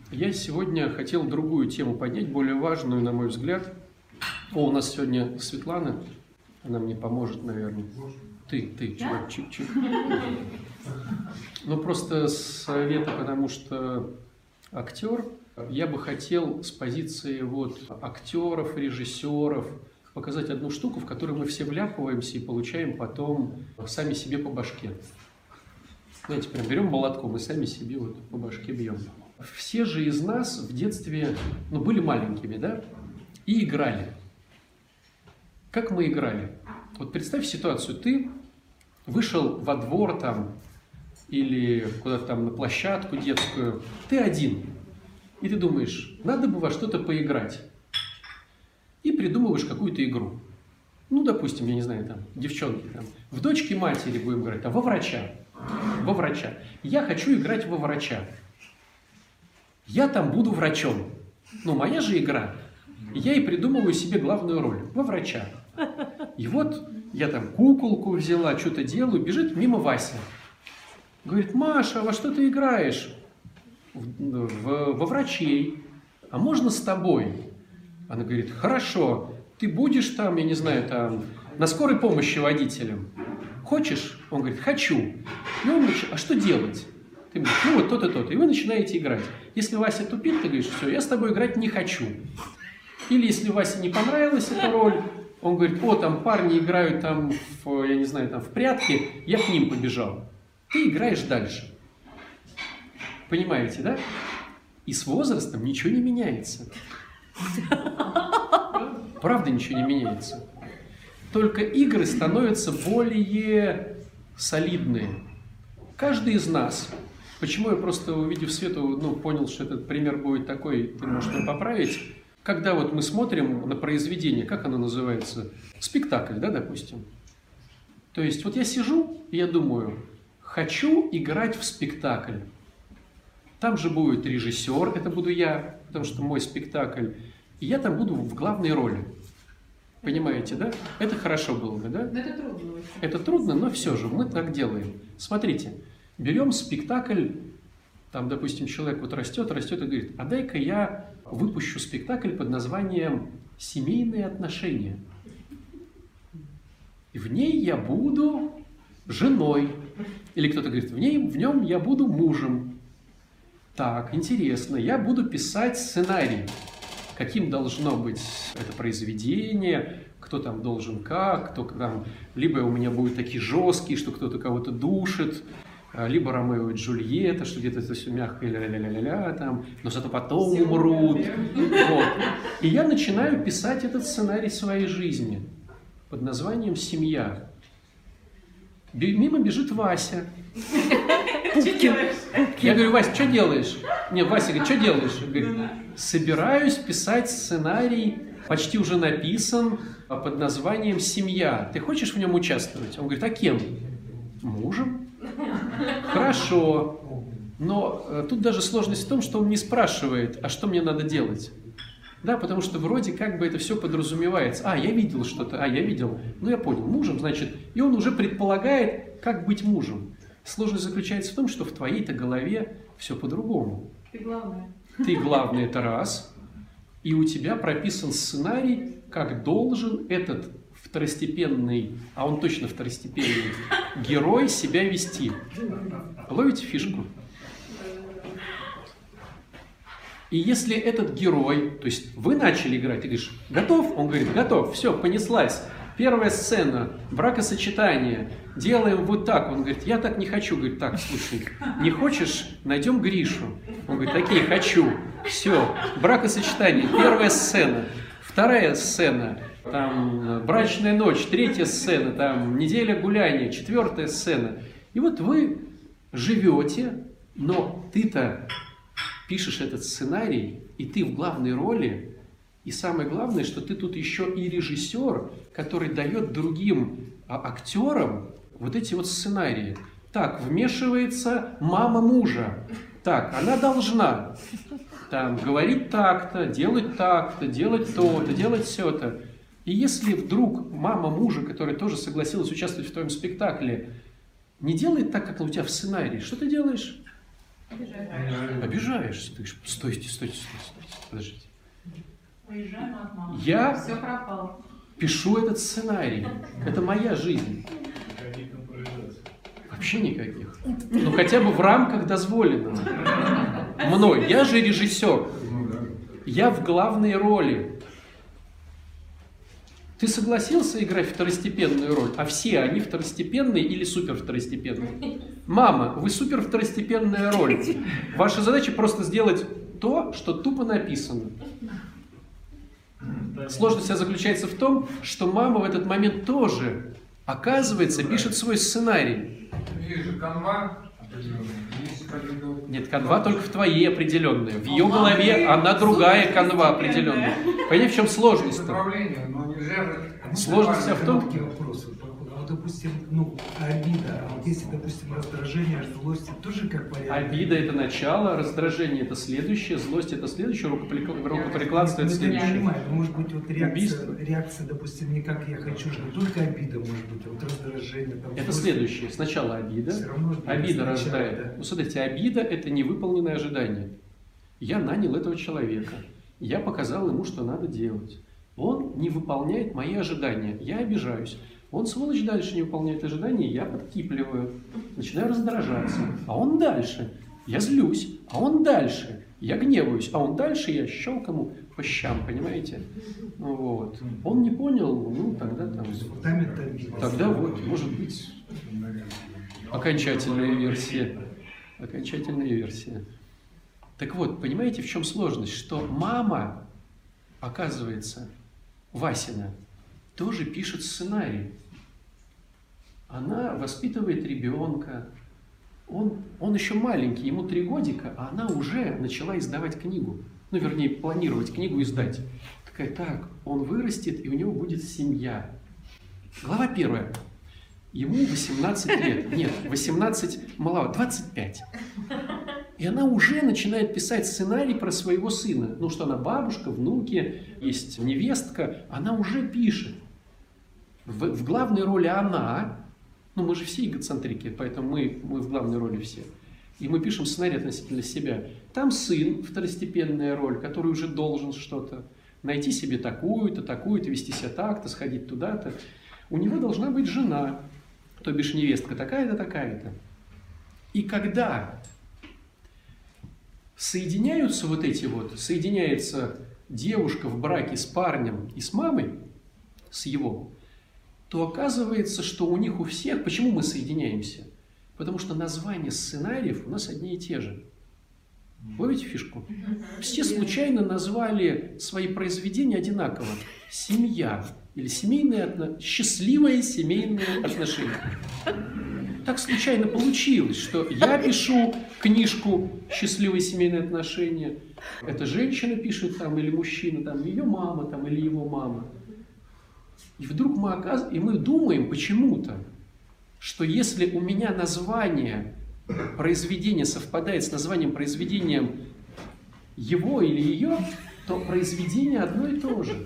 Я сегодня хотел другую тему поднять, более важную, на мой взгляд. У нас сегодня Светлана, она мне поможет, наверное. Ты, чувак, чик-чик. Ну, просто совета, потому что актер, я бы хотел с позиции вот актеров, режиссеров показать одну штуку, в которую мы все вляпываемся и получаем потом сами себе по башке. Знаете, прям берем молотком и сами себе вот по башке бьем. Все же из нас в детстве, были маленькими, да, и играли. Как мы играли? Вот представь ситуацию, ты вышел во двор там или куда-то там на площадку детскую, ты один, и ты думаешь, надо бы во что-то поиграть. И придумываешь какую-то игру. Ну, допустим, я не знаю, там, девчонки, там, в дочки матери будем играть, во врача. Во врача. Я хочу играть во врача. Я там буду врачом. Моя же игра. Я и придумываю себе главную роль. Во врача. И вот я там куколку взяла, что-то делаю, бежит мимо Вася. Говорит, Маша, во что ты играешь? Во врачей. А можно с тобой? Она говорит, хорошо, ты будешь там, я не знаю, там, на скорой помощи водителем. Хочешь? Он говорит, хочу. И он говорит, а что делать? Ты говоришь, вот то-то, то-то. И вы начинаете играть. Если Вася тупит, ты говоришь, все, я с тобой играть не хочу. Или если Васе не понравилась эта роль, он говорит, там парни играют там, я не знаю, там в прятки, я к ним побежал. Ты играешь дальше. Понимаете, да? И с возрастом ничего не меняется. Правда, ничего не меняется. Только игры становятся более солидные. Каждый из нас, почему я просто, увидев Свету, понял, что этот пример будет такой, ты можешь меня поправить, когда вот мы смотрим на произведение, как оно называется, спектакль, да, допустим. То есть вот я сижу и я думаю, хочу играть в спектакль. Там же будет режиссер, это буду я, потому что мой спектакль, и я там буду в главной роли. Понимаете, да? Это хорошо было бы, да? Но это трудно. Это трудно, но все же мы так делаем. Смотрите, берем спектакль, там, допустим, человек вот растет и говорит, а дай-ка я выпущу спектакль под названием «Семейные отношения». И в ней я буду женой. Или кто-то говорит, в нем я буду мужем. Так, интересно, я буду писать сценарий. Каким должно быть это произведение, кто там должен как, кто там, либо у меня будут такие жесткие, что кто-то кого-то душит, либо Ромео и Джульетта, что где-то это все мягко, ля-ля-ля-ля-ля, там, но зато потом умрут. Вот. И я начинаю писать этот сценарий своей жизни под названием «Семья». Мимо бежит Вася. Пупкин. Я говорю, Вася, что делаешь? Нет, Вася говорит, что делаешь? Я говорю, собираюсь писать сценарий, почти уже написан, под названием «Семья». Ты хочешь в нем участвовать? Он говорит, а кем? Мужем. Хорошо. Но тут даже сложность в том, что он не спрашивает, а что мне надо делать? Да, потому что вроде как бы это все подразумевается. Я видел что-то, я видел. Я понял, мужем, значит. И он уже предполагает, как быть мужем. Сложность заключается в том, что в твоей-то голове все по-другому. Ты главное. Ты главный, это раз. И у тебя прописан сценарий, как должен этот второстепенный, а он точно второстепенный, герой себя вести. Ловите фишку? И если этот герой, то есть вы начали играть, ты говоришь, готов? Он говорит, готов, все, понеслась. Первая сцена, бракосочетание, делаем вот так. Он говорит, я так не хочу. Говорит, так, слушай, не хочешь, найдем Гришу. Он говорит, такие, хочу. Все, бракосочетание, первая сцена, вторая сцена, там, брачная ночь, третья сцена, там, неделя гуляния, четвертая сцена. И вот вы живете, но ты-то пишешь этот сценарий, и ты в главной роли, и самое главное, что ты тут еще и режиссер, который дает другим актерам вот эти вот сценарии. Так, вмешивается мама мужа. Так, она должна там говорить так-то, делать то-то, делать все-то. И если вдруг мама мужа, которая тоже согласилась участвовать в твоем спектакле, не делает так, как у тебя в сценарии, что ты делаешь? Обижаешься. Ты говоришь, стойте, стойте, стойте, стойте, подождите. Уезжаем от мамы. Я Все пропало. пишу этот сценарий. Это моя жизнь. Вообще никаких. Ну хотя бы в рамках дозволенного. Мной. Я же режиссер. Я в главной роли. Ты согласился играть второстепенную роль, а все они второстепенные или супер второстепенные? Мама, вы супер второстепенная роль. Ваша задача просто сделать то, что тупо написано. Сложность заключается в том, что мама в этот момент тоже, оказывается, пишет свой сценарий. Вижу, канва. Нет, канва только в твоей определенной. В ее голове она другая канва определенная. Понимаете, в чем сложность-то? Сложность вся в том... Допустим, ну, обида, а вот если, допустим, раздражение, злость, тоже как вариант. Обида – это начало, раздражение – это следующее, злость – это следующее, рукоприкладство – это следующее. Я понимаю, может быть, вот реакция, допустим, не как я хочу, что только обида может быть, вот раздражение. Там, это следующее. Сначала обида, обида рождает. Да? Ну, смотрите, обида – это невыполненное ожидание. Я нанял этого человека, я показал ему, что надо делать. Он не выполняет мои ожидания, я обижаюсь. Он, сволочь, дальше не выполняет ожидания, я подкипливаю, начинаю раздражаться. А он дальше, я злюсь, а он дальше, я гневаюсь, а он дальше, я щелк ему по щам, понимаете? Вот. Он не понял, ну тогда там... Тогда вот, может быть, окончательная версия. Окончательная версия. Так вот, понимаете, в чем сложность? Что мама, оказывается, Васина, тоже пишет сценарий. Она воспитывает ребенка. Он еще маленький, ему 3 годика, а она уже начала издавать книгу. Ну, вернее, планировать книгу издать. Такая, так, он вырастет, и у него будет семья. Глава 1. Ему 18 лет. Нет, 18 маловато, 25. И она уже начинает писать сценарий про своего сына. Ну, что она бабушка, внуки, есть невестка. Она уже пишет. В главной роли она, ну мы же все эгоцентрики, поэтому мы в главной роли все. И мы пишем сценарий относительно себя. Там сын, второстепенная роль, который уже должен что-то. Найти себе такую-то, такую-то, вести себя так-то, сходить туда-то. У него должна быть жена, то бишь невестка такая-то, такая-то. И когда соединяются вот эти вот, соединяется девушка в браке с парнем и с мамой, с его, то оказывается, что у них у всех... Почему мы соединяемся? Потому что названия сценариев у нас одни и те же. Ловите фишку? Все случайно назвали свои произведения одинаково. Семья или семейные отношения, счастливые семейные отношения. Так случайно получилось, что я пишу книжку «Счастливые семейные отношения», эта женщина пишет там, или мужчина, там, ее мама там, или его мама. И вдруг мы думаем почему-то, что если у меня название произведения совпадает с названием произведения его или ее, то произведение одно и то же.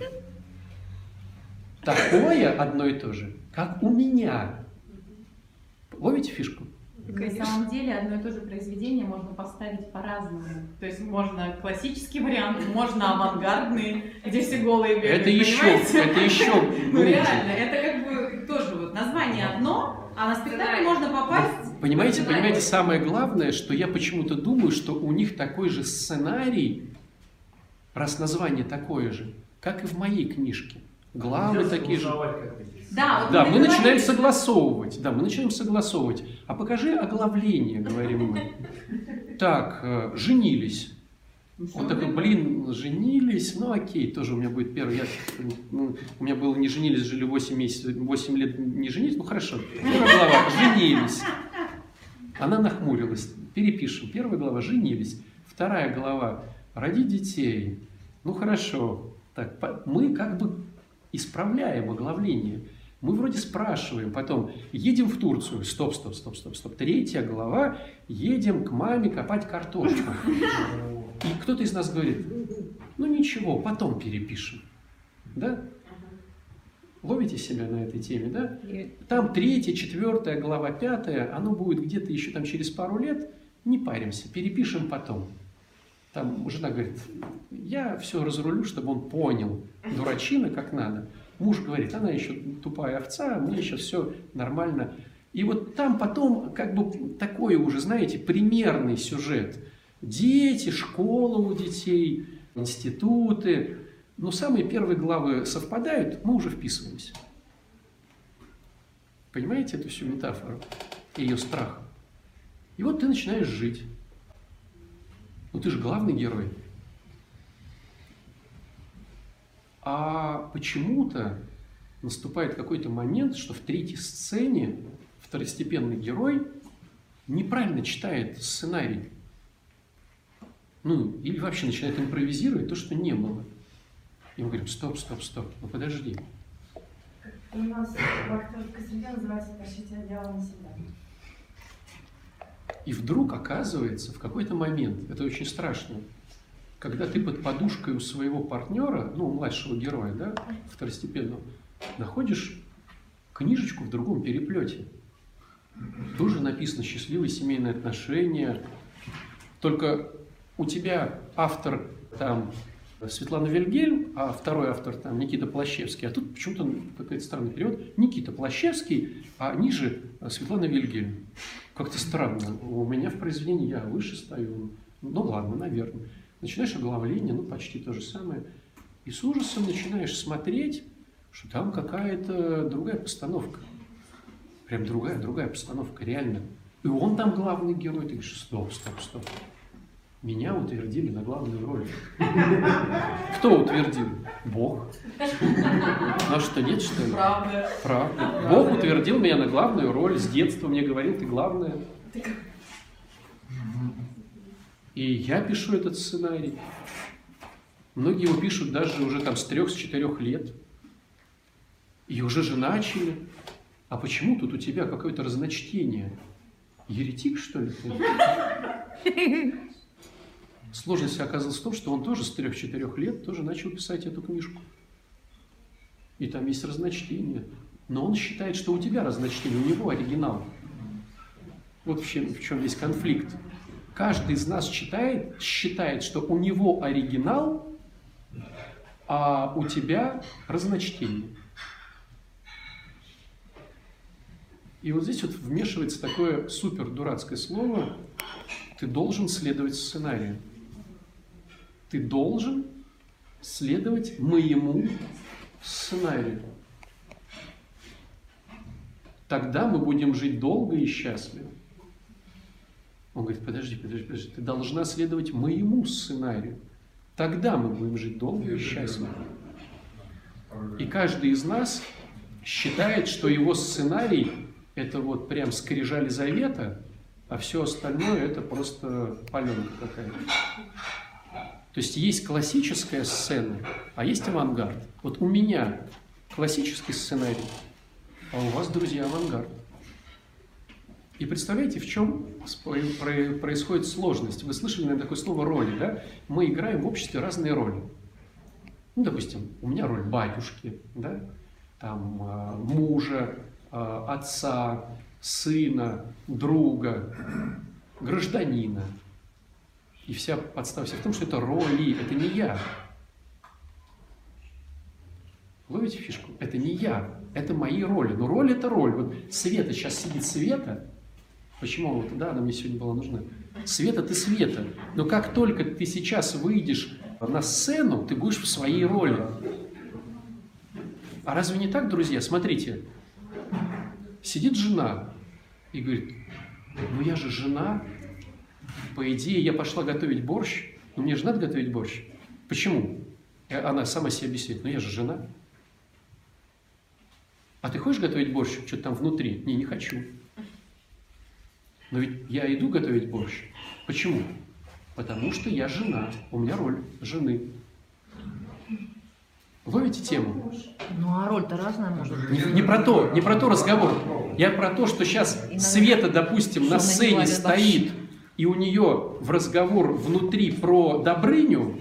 Такое одно и то же, как у меня. Ловите фишку? На самом деле одно и то же произведение можно поставить по-разному. То есть можно классический вариант, можно авангардный, где все голые бегают. Это еще. Ну реально, это как бы тоже вот название одно, а на спектакль можно попасть. Понимаете, самое главное, что я почему-то думаю, что у них такой же сценарий, раз название такое же, как и в моей книжке. Главы такие же. Да, мы начинаем согласовывать. А покажи оглавление, говорим мы. Так, женились. Вот такой, женились, ну окей, тоже у меня будет первый. У меня было не женились, жили 8 лет не женились, ну хорошо. Первая глава, женились. Она нахмурилась. Перепишем. Первая глава, женились. Вторая глава, родить детей. Ну хорошо. Так, мы как бы исправляем оглавление. Мы вроде спрашиваем, потом едем в Турцию, стоп. Третья глава, едем к маме копать картошку. И кто-то из нас говорит, ну ничего, потом перепишем. Да? Ловите себя на этой теме, да? Там 3, 4 глава, 5, оно будет где-то еще там через пару лет, не паримся, перепишем потом. Там жена говорит, я все разрулю, чтобы он понял, дурачина как надо. Муж говорит, она еще тупая овца, мне еще все нормально. И вот там потом как бы такой уже, знаете, примерный сюжет. Дети, школа у детей, институты. Но самые первые главы совпадают, мы уже вписываемся. Понимаете эту всю метафору? Ее страх. И вот ты начинаешь жить. Ну ты же главный герой. А почему-то наступает какой-то момент, что в третьей сцене второстепенный герой неправильно читает сценарий. Ну, или вообще начинает импровизировать то, что не было. И мы говорим, стоп, ну подожди. У нас в актерской среде называется «тащите одеяло на себя». И вдруг оказывается, в какой-то момент, это очень страшно, когда ты под подушкой у своего партнера, ну, у младшего героя, да, второстепенного, находишь книжечку в другом переплете. Тоже написано «Счастливые семейные отношения». Только у тебя автор там Светлана Вильгельм, а второй автор там Никита Плащевский. А тут почему-то какой-то странный перевод. Никита Плащевский, а ниже Светлана Вильгельм. Как-то странно. У меня в произведении я выше стою. Ну ладно, наверное. Начинаешь оглавление, ну почти то же самое. И с ужасом начинаешь смотреть, что там какая-то другая постановка. Прям другая постановка, реально. И он там главный герой. Ты говоришь, стоп. Меня утвердили на главную роль. Кто утвердил? Бог. А что, нет, что ли? Правда. Бог утвердил меня на главную роль. С детства мне говорил, ты главная. И я пишу этот сценарий. Многие его пишут даже уже там с 3-4 лет. И уже же начали. А почему тут у тебя какое-то разночтение? Еретик, что ли, ты? Сложность оказалась в том, что он тоже с 3-4 лет тоже начал писать эту книжку. И там есть разночтение. Но он считает, что у тебя разночтение, у него оригинал. Вот в чем весь конфликт. Каждый из нас считает, что у него оригинал, а у тебя разночтение. И вот здесь вот вмешивается такое супер дурацкое слово: ты должен следовать сценарию. Ты должен следовать моему сценарию. Тогда мы будем жить долго и счастливо. Он говорит, подожди, ты должна следовать моему сценарию. Тогда мы будем жить долго и счастливо. И каждый из нас считает, что его сценарий – это вот прям скрижали завета, а все остальное – это просто паленка какая-то. То есть есть классическая сцена, а есть авангард. Вот у меня классический сценарий, а у вас, друзья, авангард. И представляете, в чем происходит сложность? Вы слышали, наверное, такое слово «роли», да? Мы играем в обществе разные роли. Ну, допустим, у меня роль батюшки, да? Там, мужа, отца, сына, друга, гражданина. И вся подстава в том, что это роли, это не я. Ловите фишку? Это не я, это мои роли. Но роль – это роль. Вот Света, сейчас сидит Света. Почему? Вот, да, она мне сегодня была нужна. Света, ты Света. Но как только ты сейчас выйдешь на сцену, ты будешь в своей роли. А разве не так, друзья? Смотрите. Сидит жена и говорит, ну я же жена. По идее, я пошла готовить борщ, но мне же надо готовить борщ. Почему? Она сама себе объясняет, ну я же жена. А ты хочешь готовить борщ? Что-то там внутри. Не хочу. Но ведь я иду готовить борщ. Почему? Потому что я жена. У меня роль жены. Ловите тему? Ну а роль-то разная может быть. Не про то разговор. Я про то, что сейчас Света, допустим, на сцене стоит, и у нее в разговор внутри про Добрыню,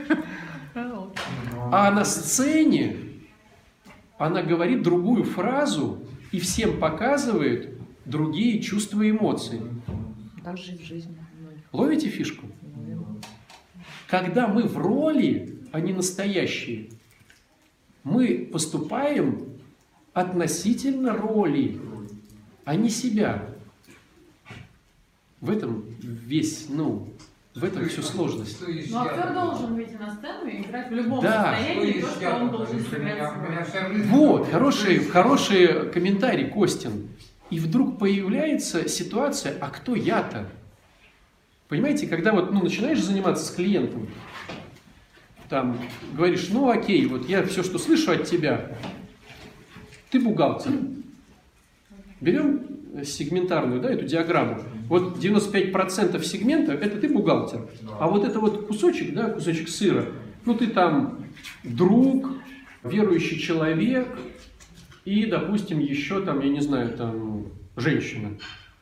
а на сцене она говорит другую фразу и всем показывает другие чувства и эмоции. Так же и в жизни. Ловите фишку? Когда мы в роли, а не настоящие, мы поступаем относительно роли, а не себя. В этом весь, в этом всю сложность. Но актер должен выйти на сцену и играть в любом Да. состоянии то, что он должен сыграть. Вот, хороший комментарий, Костин. И вдруг появляется ситуация, а кто я-то? Понимаете, когда вот, начинаешь заниматься с клиентом, там, говоришь, окей, вот я все, что слышу от тебя, ты бухгалтер. Берем сегментарную, эту диаграмму. Вот 95% сегмента – это ты бухгалтер. А вот это вот кусочек, кусочек сыра, ты там друг, верующий человек и, допустим, еще там, я не знаю, там, женщина.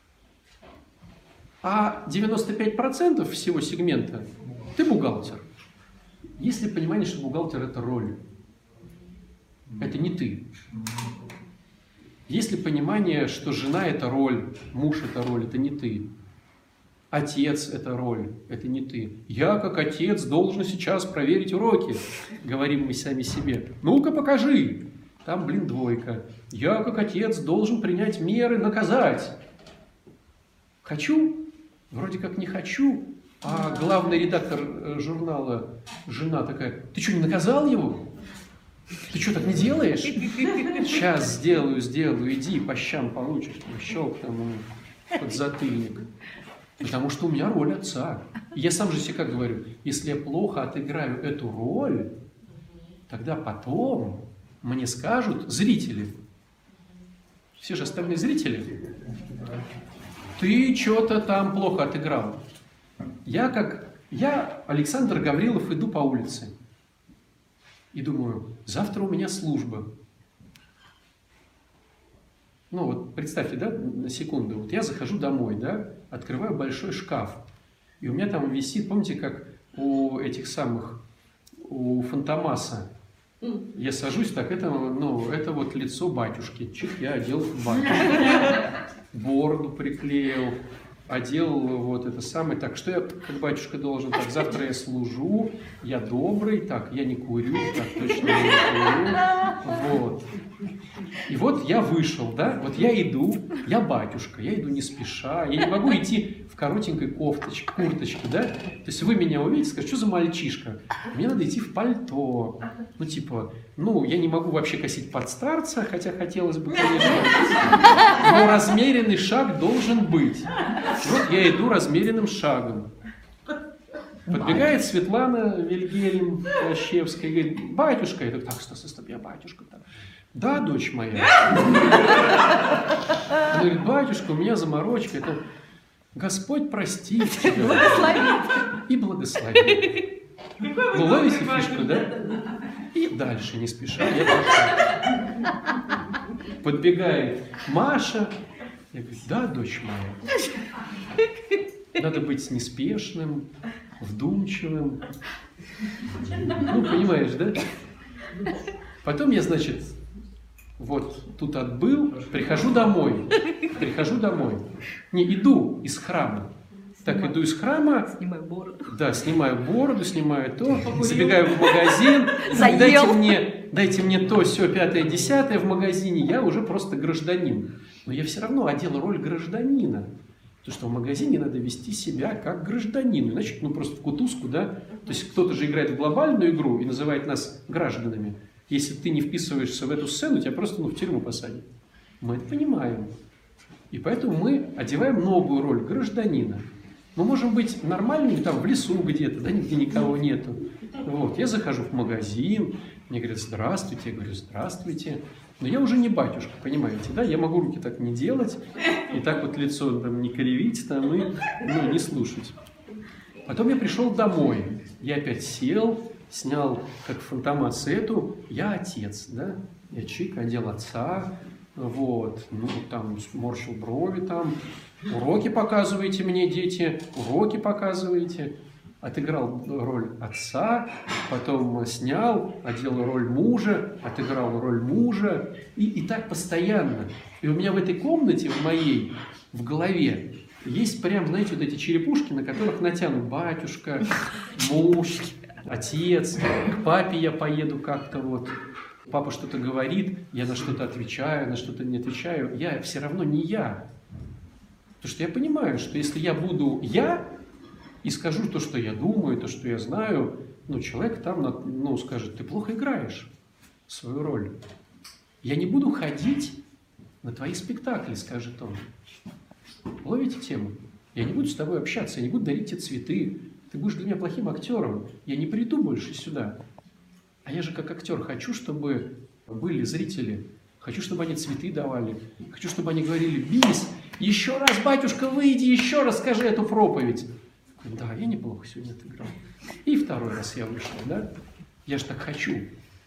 А 95% всего сегмента – ты бухгалтер. Есть ли понимание, что бухгалтер – это роль? Это не ты. Есть ли понимание, что жена – это роль, муж – это роль, это не ты? Отец – это роль, это не ты. Я, как отец, должен сейчас проверить уроки, говорим мы сами себе. Ну-ка покажи. Там, 2. Я, как отец, должен принять меры, наказать. Хочу? Вроде как не хочу. А главный редактор журнала, жена такая, ты что, не наказал его? Ты что, так не делаешь? Сейчас сделаю, иди, по щам получишь, щелк там, подзатыльник. Потому что у меня роль отца. И я сам же себе как говорю, если я плохо отыграю эту роль, тогда потом мне скажут зрители, все же остальные зрители, ты что-то там плохо отыграл. Я, Александр Гаврилов, иду по улице. И думаю, завтра у меня служба. Вот представьте, на секунду. Вот я захожу домой, открываю большой шкаф. И у меня там висит, помните, как у Фантомаса. Я сажусь, так, это вот лицо батюшки. Чик, я одел батюшку. Бороду приклеил. Одел вот это самое, так, что я как батюшка должен, так, завтра я служу, я добрый, так, я не курю, так, точно я не курю, вот. И вот я вышел, вот я иду, я батюшка, я иду не спеша, я не могу идти в коротенькой курточке, То есть вы меня увидите, скажете, что за мальчишка? Мне надо идти в пальто, я не могу вообще косить под старца, хотя хотелось бы, конечно, но размеренный шаг должен быть. Вот я иду размеренным шагом. Подбегает Светлана Вильгельм Плащевская и говорит, батюшка. Я говорю, так, стоп, я батюшка. Да, дочь моя. Она говорит, батюшка, у меня заморочка. Это Господь простит тебя. И благословит. Ловите фишку, И дальше, не спеша, я пошел. Подбегает Маша. Я говорю, да, дочь моя. Надо быть неспешным, вдумчивым. Понимаешь, да? Потом я, вот тут отбыл, прихожу домой. Не, иду из храма. Так, иду из храма. Снимаю бороду. Да, снимаю бороду, снимаю то. Забегаю в магазин. Дайте мне то, сё, 5-е, 10-е в магазине. Я уже просто гражданин. Но я все равно одел роль гражданина. Потому что в магазине надо вести себя как гражданин. Иначе, просто в кутузку, То есть кто-то же играет в глобальную игру и называет нас гражданами. Если ты не вписываешься в эту сцену, тебя просто в тюрьму посадят. Мы это понимаем. И поэтому мы одеваем новую роль гражданина. Мы можем быть нормальными там в лесу где-то, нигде никого нету. Вот. Я захожу в магазин, мне говорят, здравствуйте. Я говорю, здравствуйте. Но я уже не батюшка, понимаете, Я могу руки так не делать, и так вот лицо там не кривить, там, и не слушать. Потом я пришел домой. Я опять сел, снял, как Фантомас, эту, я отец, Я чик, одел отца, вот, там сморщил брови, там, уроки показываете мне, дети, уроки показываете. Отыграл роль отца, потом снял, одел роль мужа, отыграл роль мужа, и так постоянно. И у меня в этой комнате, в моей, в голове, Есть прям, знаете, вот эти черепушки, на которых натянут батюшка, муж, отец, к папе я поеду как-то вот. Папа что-то говорит, я на что-то отвечаю, на что-то не отвечаю. Я все равно не я. Потому что я понимаю, что если я буду я и скажу то, что я думаю, то, что я знаю, ну, человек там, ну, скажет, ты плохо играешь свою роль. Я не буду ходить на твои спектакли, скажет он. Ловите тему? Я не буду с тобой общаться, я не буду дарить тебе цветы. Ты будешь для меня плохим актером. Я не приду больше сюда. А я же как актер хочу, чтобы были зрители. Хочу, чтобы они цветы давали. Хочу, чтобы они говорили: бис, еще раз, батюшка, выйди, еще раз скажи эту проповедь. Да, я неплохо сегодня отыграл. И второй раз я вышел, да? Я же так хочу.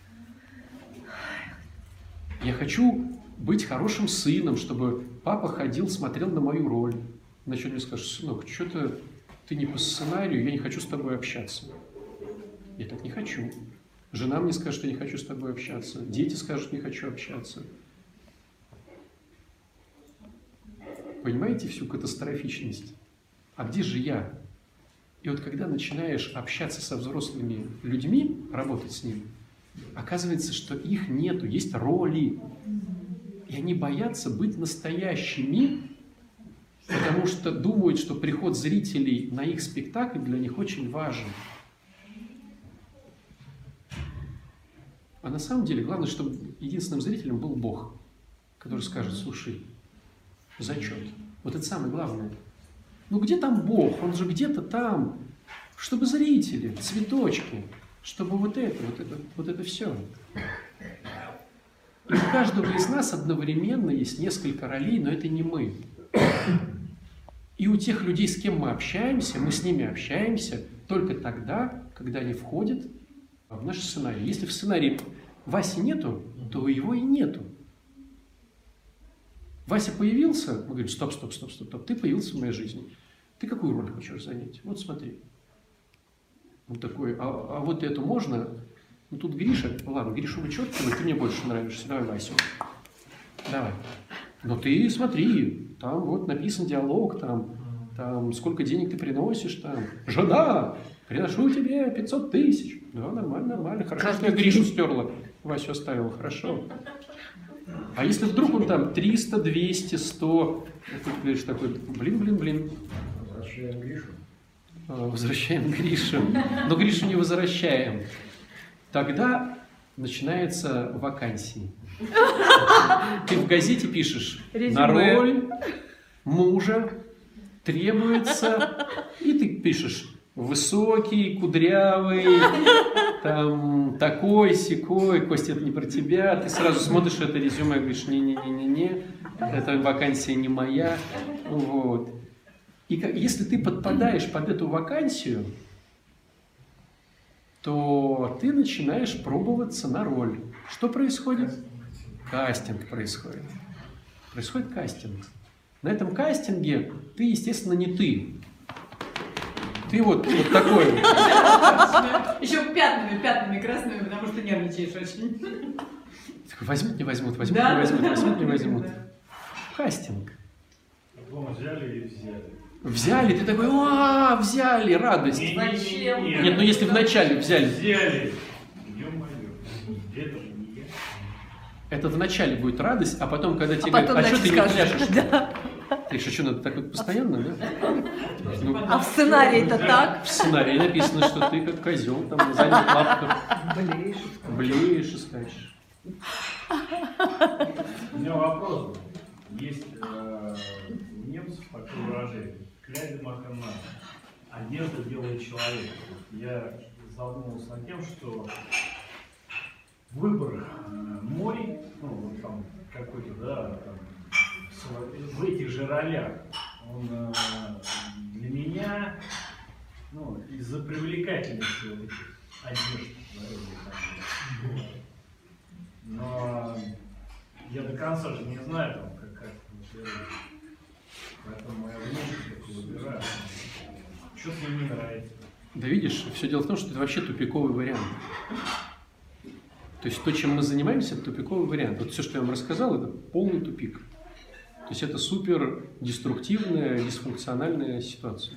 Я хочу быть хорошим сыном, чтобы папа ходил, смотрел на мою роль. Иначе он мне скажет: сынок, что-то ты не по сценарию, я не хочу с тобой общаться. Я так не хочу. Жена мне скажет, что я не хочу с тобой общаться. Дети скажут, не хочу общаться. Понимаете всю катастрофичность? А где же я? И вот когда начинаешь общаться со взрослыми людьми, работать с ними, оказывается, что их нету, есть роли. И они боятся быть настоящими, потому что думают, что приход зрителей на их спектакль для них очень важен. А на самом деле главное, чтобы единственным зрителем был Бог, который скажет: слушай, зачет. Вот это самое главное. Ну где там Бог? Он же где-то там. Чтобы зрители, цветочки, чтобы вот это все. И у каждого из нас одновременно есть несколько ролей, но это не мы. И у тех людей, с кем мы общаемся, мы с ними общаемся только тогда, когда они входят в наш сценарий. Если в сценарии Васи нету, то его и нету. Вася появился, мы говорим: стоп, ты появился в моей жизни. Ты какую роль хочешь занять? Вот смотри. Он такой: а вот эту можно? Ну тут Гриша, ладно, Гришу вычеркивай, ты мне больше нравишься, давай Васю. Давай. Но ты смотри, там вот написан диалог, там сколько денег ты приносишь, там, жена, приношу тебе 500 тысяч. Да, нормально, хорошо, что я Гришу стерла, Васю оставила, хорошо. А если вдруг он там 300, 200, 100, ты говоришь такой: блин. Возвращаем Гришу. Возвращаем Гришу. Но Гришу не возвращаем. Тогда начинаются вакансии. Ты в газете пишешь: на роль мужа требуется, и ты пишешь: высокий, кудрявый, там, такой-сякой, Костя, это не про тебя. Ты сразу смотришь это резюме и говоришь: не, эта вакансия не моя. Вот. И если ты подпадаешь под эту вакансию, то ты начинаешь пробоваться на роль. Что происходит? Кастинг происходит. Происходит кастинг. На этом кастинге ты, естественно, не ты. Ты вот такой. Еще пятнами красными, потому что нервничаешь очень. Возьмут, не возьмут. Кастинг. Потом взяли и взяли. Взяли, ты такой: взяли, радость. Зачем? Нет, ну если вначале взяли. Взяли. Ё-моё, это же не я. Это вначале будет радость, а потом, когда тебе говорят: а что ты не пляшешь? Да. Ты что надо так вот постоянно, да? Ну, А в сценарии-то так? в сценарии написано, что ты как козел, там на задних лапках блеешь и скачешь. У меня вопрос был. Есть у немцев такое выражение: «Кляди махана», одежда делает человека. Я задумался над тем, что выбор мой, ну вот там какой-то, да, там, в этих же ролях, он для меня, ну, из-за привлекательности вот этих одежд, да, но я до конца же не знаю, там, как это, поэтому я внешность выбираю. Что-то мне не нравится. Да видишь, все дело в том, что это вообще тупиковый вариант. То есть то, чем мы занимаемся, это тупиковый вариант. Вот все, что я вам рассказал, это полный тупик. То есть это супер деструктивная, дисфункциональная ситуация.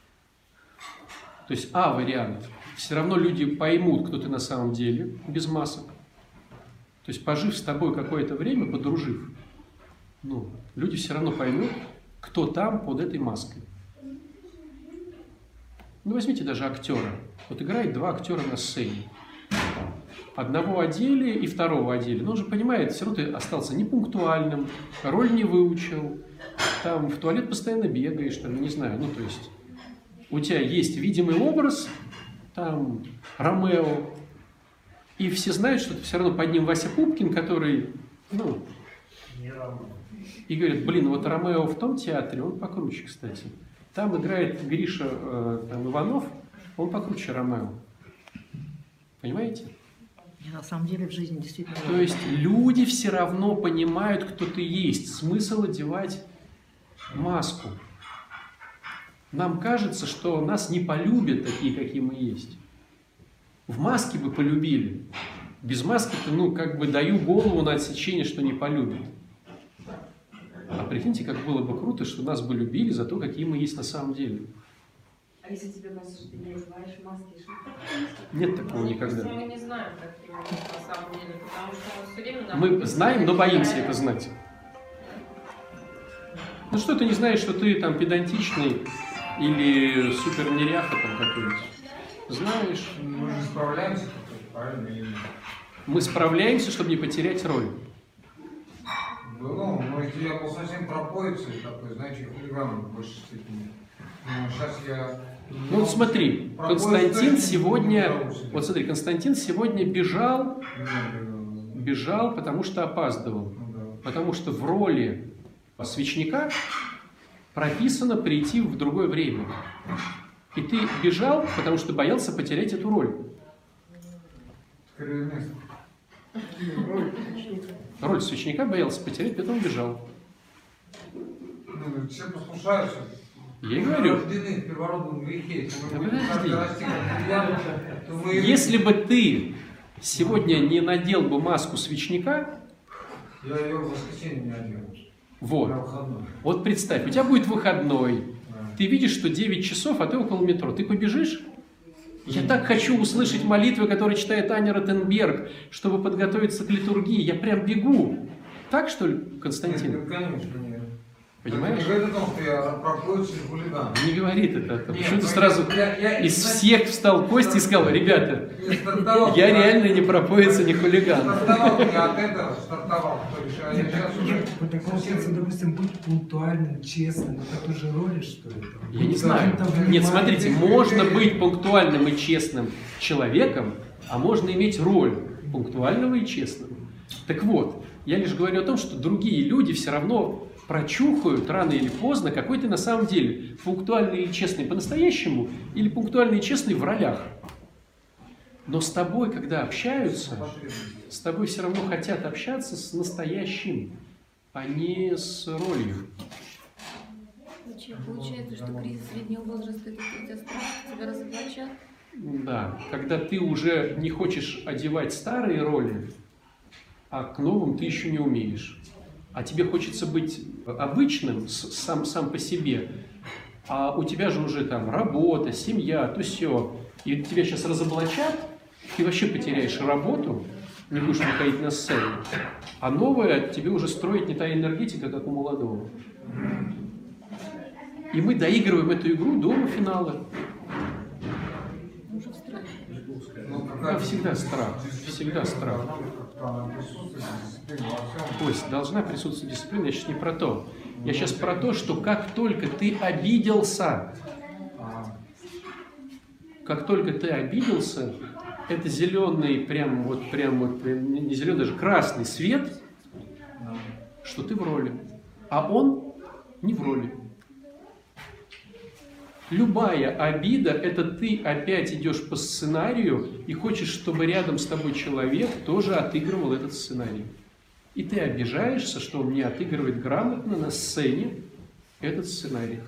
То есть вариант. Все равно люди поймут, кто ты на самом деле, без масок. То есть пожив с тобой какое-то время, подружив, люди все равно поймут, кто там под этой маской. Возьмите даже актера. Вот играет два актера на сцене. Одного одели и второго одели. Но он же понимает, все равно ты остался непунктуальным, роль не выучил, там в туалет постоянно бегаешь, там, не знаю, то есть у тебя есть видимый образ, там, Ромео, и все знают, что ты все равно под ним Вася Пупкин, который, Не Ромео. и говорят, вот Ромео в том театре, он покруче, кстати. Там играет Гриша Иванов, он покруче Ромео. Понимаете? На самом деле в жизни действительно... То есть люди все равно понимают, кто ты есть. Смысл одевать маску. Нам кажется, что нас не полюбят такие, какие мы есть. В маске бы полюбили. Без маски-то, даю голову на отсечение, что не полюбят. А прикиньте, как было бы круто, что нас бы любили за то, какие мы есть на самом деле. А если тебе кажется, что ты не называешь маски, что Нет такого никогда. Мы не знаем, как ты на самом деле, потому что мы все время... Мы знаем, но боимся это знать. Что ты не знаешь, что ты там педантичный или супер неряха там какой-нибудь? Знаешь. Мы же справляемся, правильно? Или... Мы справляемся, чтобы не потерять роль. Может, я был совсем пропоицей такой, знаете, хулиган в большей степени. Сейчас я... Смотри, Константин сегодня бежал, потому что опаздывал. Потому что в роли свечника прописано прийти в другое время. И ты бежал, потому что боялся потерять эту роль. Роль свечника боялся потерять, поэтому бежал. Все послушаются. Я и говорю. Рождены в первородном грехе. Если бы ты сегодня не надел бы маску свечника, я ее в воскресенье не одел. Вот представь, у тебя будет выходной, ты видишь, что 9 часов, а ты около метро, ты побежишь? Я так хочу услышать молитвы, которые читает Аня Ротенберг, чтобы подготовиться к литургии. Я прям бегу. Так, что ли, Константин? Нет, конечно, нет. Понимаешь? Не говорит о том, что я пропоицей хулиган. Не говорит это. Почему ты сразу из всех встал Костя и сказал, ребята, я реально не пропоица, не хулиган. Стартовал не от этого, стартовал. Получается, допустим, быть пунктуальным, честным, это тоже роли, что ли? Я не знаю. Нет, смотрите, можно быть пунктуальным и честным человеком, а можно иметь роль пунктуального и честного. Так вот, я лишь говорю о том, что другие люди все равно прочухают рано или поздно, какой ты на самом деле, пунктуальный и честный по-настоящему или пунктуальный и честный в ролях. Но с тобой, когда общаются, с тобой все равно хотят общаться с настоящим, а не с ролью. Получается, что кризис среднего возраста – это у тебя страх, тебя разоблачат? Да, когда ты уже не хочешь одевать старые роли, а к новым ты еще не умеешь. А тебе хочется быть обычным сам по себе, а у тебя же уже там работа, семья, то сё, и тебя сейчас разоблачат, ты вообще потеряешь работу, не будешь выходить на сцену, а новое тебе уже строить не та энергетика, как у молодого. И мы доигрываем эту игру до финала. Да, всегда страх, всегда страх. То есть должна присутствовать дисциплина, я сейчас не про то. Я сейчас про то, что как только ты обиделся, это зеленый, прям не зеленый, даже красный свет, что ты в роли, а он не в роли. Любая обида – это ты опять идешь по сценарию и хочешь, чтобы рядом с тобой человек тоже отыгрывал этот сценарий. И ты обижаешься, что он не отыгрывает грамотно на сцене этот сценарий.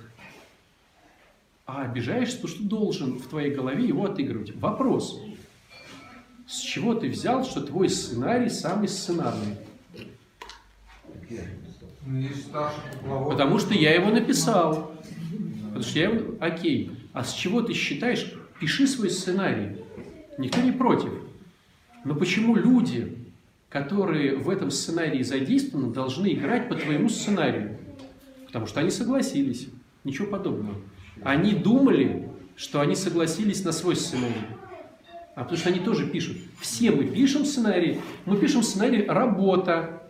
А обижаешься, потому что должен в твоей голове его отыгрывать. Вопрос. С чего ты взял, что твой сценарий самый сценарный? Ну, есть старший кукловод. Потому что я его написал. Потому что я его... Окей. А с чего ты считаешь? Пиши свой сценарий. Никто не против. Но почему люди, которые в этом сценарии задействованы, должны играть по твоему сценарию? Потому что они согласились. Ничего подобного. Они думали, что они согласились на свой сценарий. А потому что они тоже пишут. Все мы пишем сценарий. Мы пишем сценарий «работа».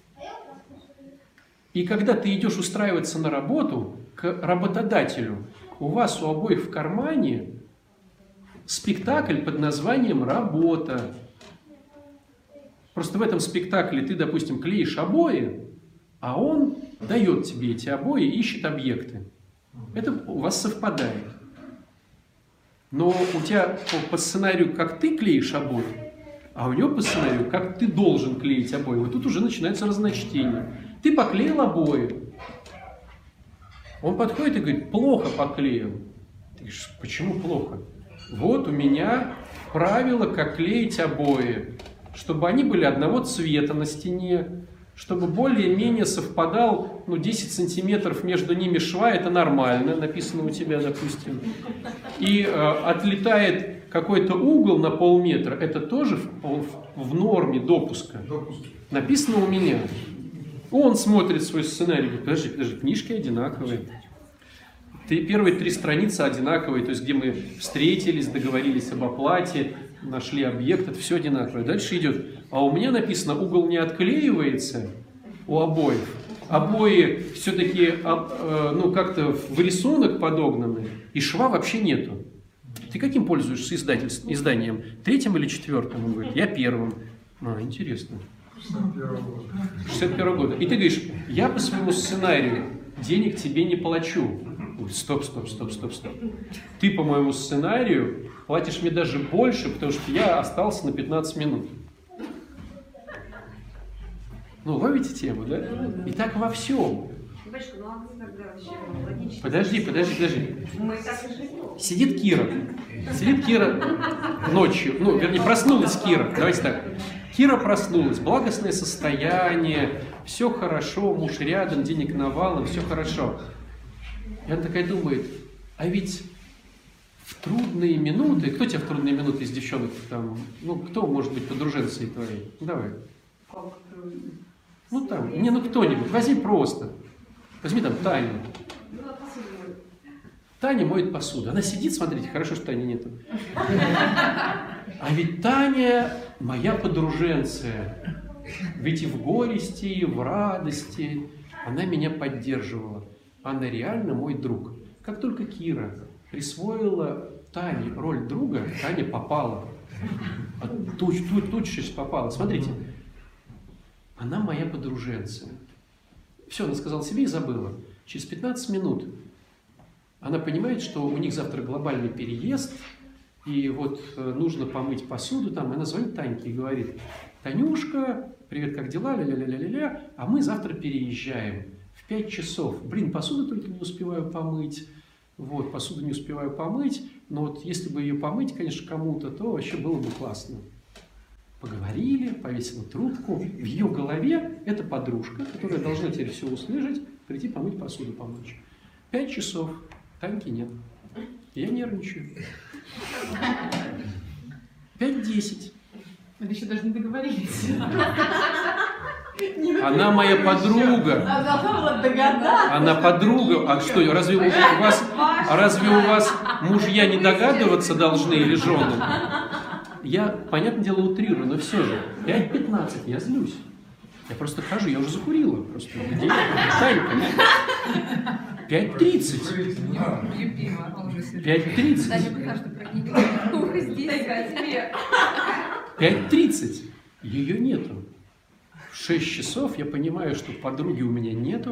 И когда ты идешь устраиваться на работу к работодателю, у вас у обоих в кармане спектакль под названием «Работа». Просто в этом спектакле ты, допустим, клеишь обои, а он дает тебе эти обои и ищет объекты. Это у вас совпадает. Но у тебя по сценарию, как ты клеишь обои, а у него по сценарию, как ты должен клеить обои. Вот тут уже начинается разночтение. Ты поклеил обои. Он подходит и говорит: плохо поклеил. Ты говоришь: почему плохо? Вот у меня правило, как клеить обои. Чтобы они были одного цвета на стене, чтобы более-менее совпадал, 10 сантиметров между ними шва, это нормально, написано у тебя, допустим. И отлетает какой-то угол на полметра, это тоже в норме допуска. Написано у меня. Он смотрит свой сценарий, говорит: подожди, книжки одинаковые. Первые 3 страницы одинаковые, то есть где мы встретились, договорились об оплате, нашли объект, это все одинаковое. Дальше идет: а у меня написано, угол не отклеивается у обоев. Обои все-таки как-то в рисунок подогнаны, и шва вообще нету. Ты каким пользуешься изданием? 3-м или 4-м? Он говорит: я 1-м. Интересно. 61-го года. И ты говоришь: я по своему сценарию денег тебе не плачу. Стоп. Ты по моему сценарию платишь мне даже больше, потому что я остался на 15 минут. Ловите тему, да? И так во всем. Подожди. Сидит Кира ночью, проснулась Кира, давайте так. Кира проснулась, благостное состояние, все хорошо, муж рядом, денег навалом, все хорошо. И она такая думает: а ведь в трудные минуты, кто тебя в трудные минуты из девчонок там, кто может быть подруженцей твоей? Давай. Кто-нибудь, возьми просто. Возьми там Таню. Таня моет посуду. Она сидит, смотрите, хорошо, что Тани нету. А ведь Таня моя подруженция. Ведь и в горести, и в радости она меня поддерживала. Она реально мой друг. Как только Кира присвоила Тане роль друга, Таня попала. Тут сейчас попала. Смотрите. Она моя подруженция. Все, она сказала себе и забыла. Через 15 минут она понимает, что у них завтра глобальный переезд, и вот нужно помыть посуду там. Она звонит Таньке и говорит: Танюшка, привет, как дела? Ля-ля-ля-ля-ля. А мы завтра переезжаем в 5 часов. Посуду только не успеваю помыть. Посуду не успеваю помыть. Но вот если бы ее помыть, конечно, кому-то, то вообще было бы классно. Поговорили, повесила трубку. В ее голове это подружка, которая должна теперь все услышать, прийти помыть посуду, помочь. 5 часов. Таньки нет. Я нервничаю. 5:10. Это еще даже не договорились. Она моя подруга. Она подруга. А что, разве у вас мужья не догадываться должны или жены? Я, понятное дело, утрирую, но все же. 5:15, я злюсь. Я просто хожу, я уже закурила. Просто где Танька? 5:30. 5:30. Ее нету. В 6 часов я понимаю, что подруги у меня нету.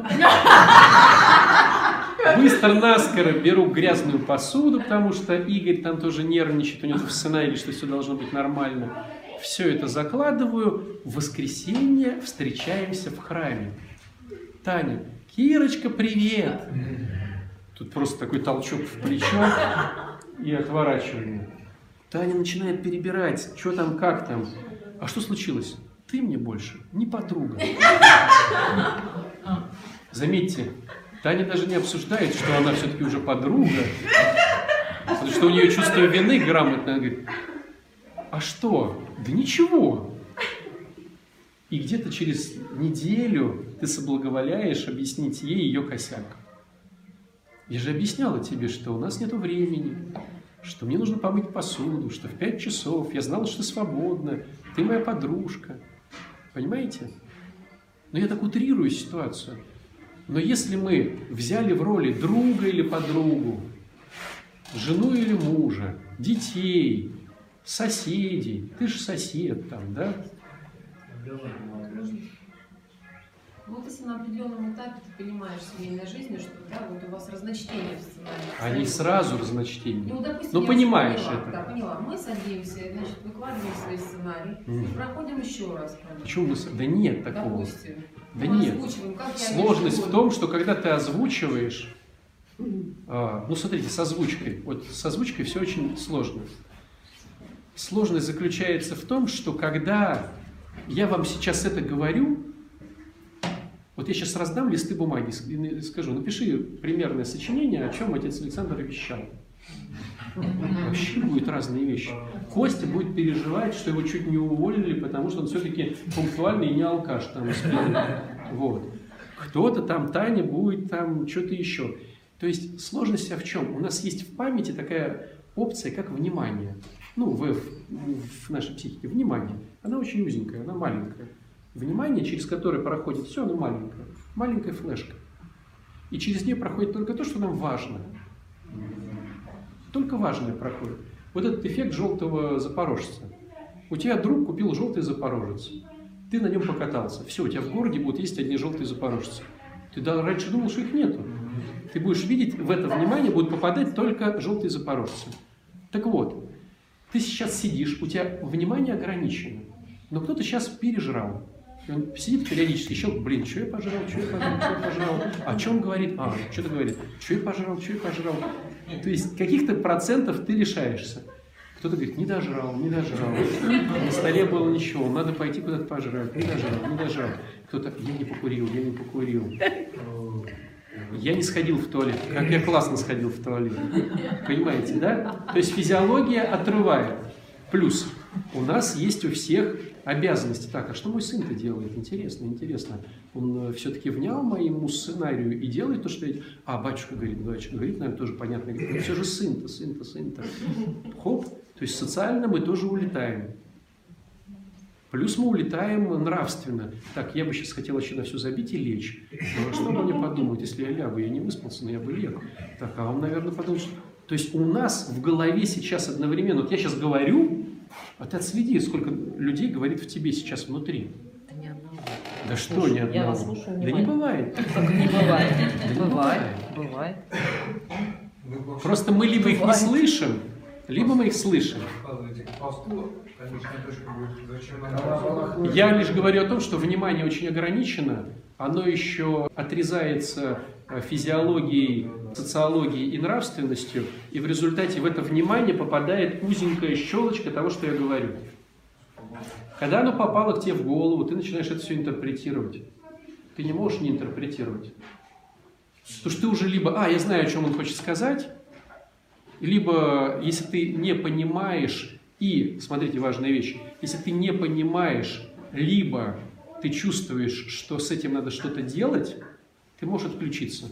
Быстро наскоро беру грязную посуду, потому что Игорь там тоже нервничает, у него в сценарии, что все должно быть нормально. Все это закладываю. В воскресенье встречаемся в храме. Таня: Кирочка, привет! Тут просто такой толчок в плечо и отворачивание. Таня начинает перебирать, что там, как там. А что случилось? Ты мне больше не подруга. Заметьте, Таня даже не обсуждает, что она все-таки уже подруга, потому что у нее чувство вины грамотно. Она говорит, а что? Да ничего. И где-то через неделю ты соблаговоляешь объяснить ей ее косяк. Я же объясняла тебе, что у нас нет времени, что мне нужно помыть посуду, что в 5 часов я знала, что ты свободна, ты моя подружка. Понимаете? Но я так утрирую ситуацию. Но если мы взяли в роли друга или подругу, жену или мужа, детей, соседей, ты же сосед там, да? Вот если на определенном этапе ты понимаешь в семейной жизни, что да, вот у вас разночтение в сценарии. Они сразу разночтение. Ну, допустим, но я понимаешь поняла, это. Да, поняла. Мы садимся, значит, выкладываем свой сценарий и проходим еще раз. Почему мы... Да нет такого. Допустим. Да Мы нет. озвучиваем, как я Сложность вижу. в том, что когда ты озвучиваешь, ну смотрите, с озвучкой. Вот с озвучкой все очень сложно. Сложность заключается в том, что когда я вам сейчас это говорю, вот я сейчас раздам листы бумаги и скажу, напиши примерное сочинение, о чем отец Александр вещал. Вообще будут разные вещи. Костя будет переживать, что его чуть не уволили, потому что он все-таки пунктуальный и не алкаш там успел. Вот. Кто-то там, Таня, будет там что-то еще. То есть сложность вся в чем? У нас есть в памяти такая опция, как внимание. Ну, в нашей психике внимание. Она очень узенькая, она маленькая. Внимание, через которое проходит все, оно маленькое. Маленькая флешка. И через нее проходит только то, что нам важно. Только важное проходит. Вот этот эффект желтого запорожца. У тебя друг купил желтый запорожец. Ты на нем покатался. Все, у тебя в городе будут есть одни желтые запорожцы. Ты раньше думал, что их нету. Ты будешь видеть, в это внимание будут попадать только желтые запорожцы. Так вот, ты сейчас сидишь, у тебя внимание ограничено. Но кто-то сейчас пережрал. И он сидит периодически, еще, блин, что я пожрал, что я пожрал, что я пожрал. О чем говорит? Что-то говорит. Что я пожрал, что я пожрал. То есть каких-то процентов ты лишаешься. Кто-то говорит, не дожрал, не дожрал. На столе было ничего, надо пойти куда-то пожрать. Не дожрал, не дожрал. Кто-то, я не покурил, я не покурил. Я не сходил в туалет. Как я классно сходил в туалет. Понимаете, да? То есть физиология отрывает. Плюс у нас есть у всех обязанности. Так, а что мой сын-то делает? Интересно, интересно. Он все-таки внял моему сценарию и делает то, что я... батюшка говорит, наверное, тоже понятно. Говорит, ну, все же сын-то. Хоп. То есть социально мы тоже улетаем. Плюс мы улетаем нравственно. Так, я бы сейчас хотел еще на все забить и лечь. Ну, а что обо мне подумают, если я лягу? Я не выспался, но я бы лег. Так, а он, наверное, подумает, что... То есть у нас в голове сейчас одновременно... Вот я сейчас говорю, а ты отследи, сколько людей говорит в тебе сейчас внутри. Да ни одного. Да что ни одного? Я вас слушаю Да не бывает. Только не бывает. Да Бывает. Просто мы либо их не слышим, либо мы их слышим. Я лишь говорю о том, что внимание очень ограничено, оно еще отрезается физиологией, социологией и нравственностью, и в результате в это внимание попадает узенькая щелочка того, что я говорю. Когда оно попало к тебе в голову, ты начинаешь это все интерпретировать. Ты не можешь не интерпретировать. Потому что ты уже либо, я знаю, о чем он хочет сказать, либо, если ты не понимаешь, и, смотрите, важная вещь, если ты не понимаешь, либо ты чувствуешь, что с этим надо что-то делать, ты можешь отключиться.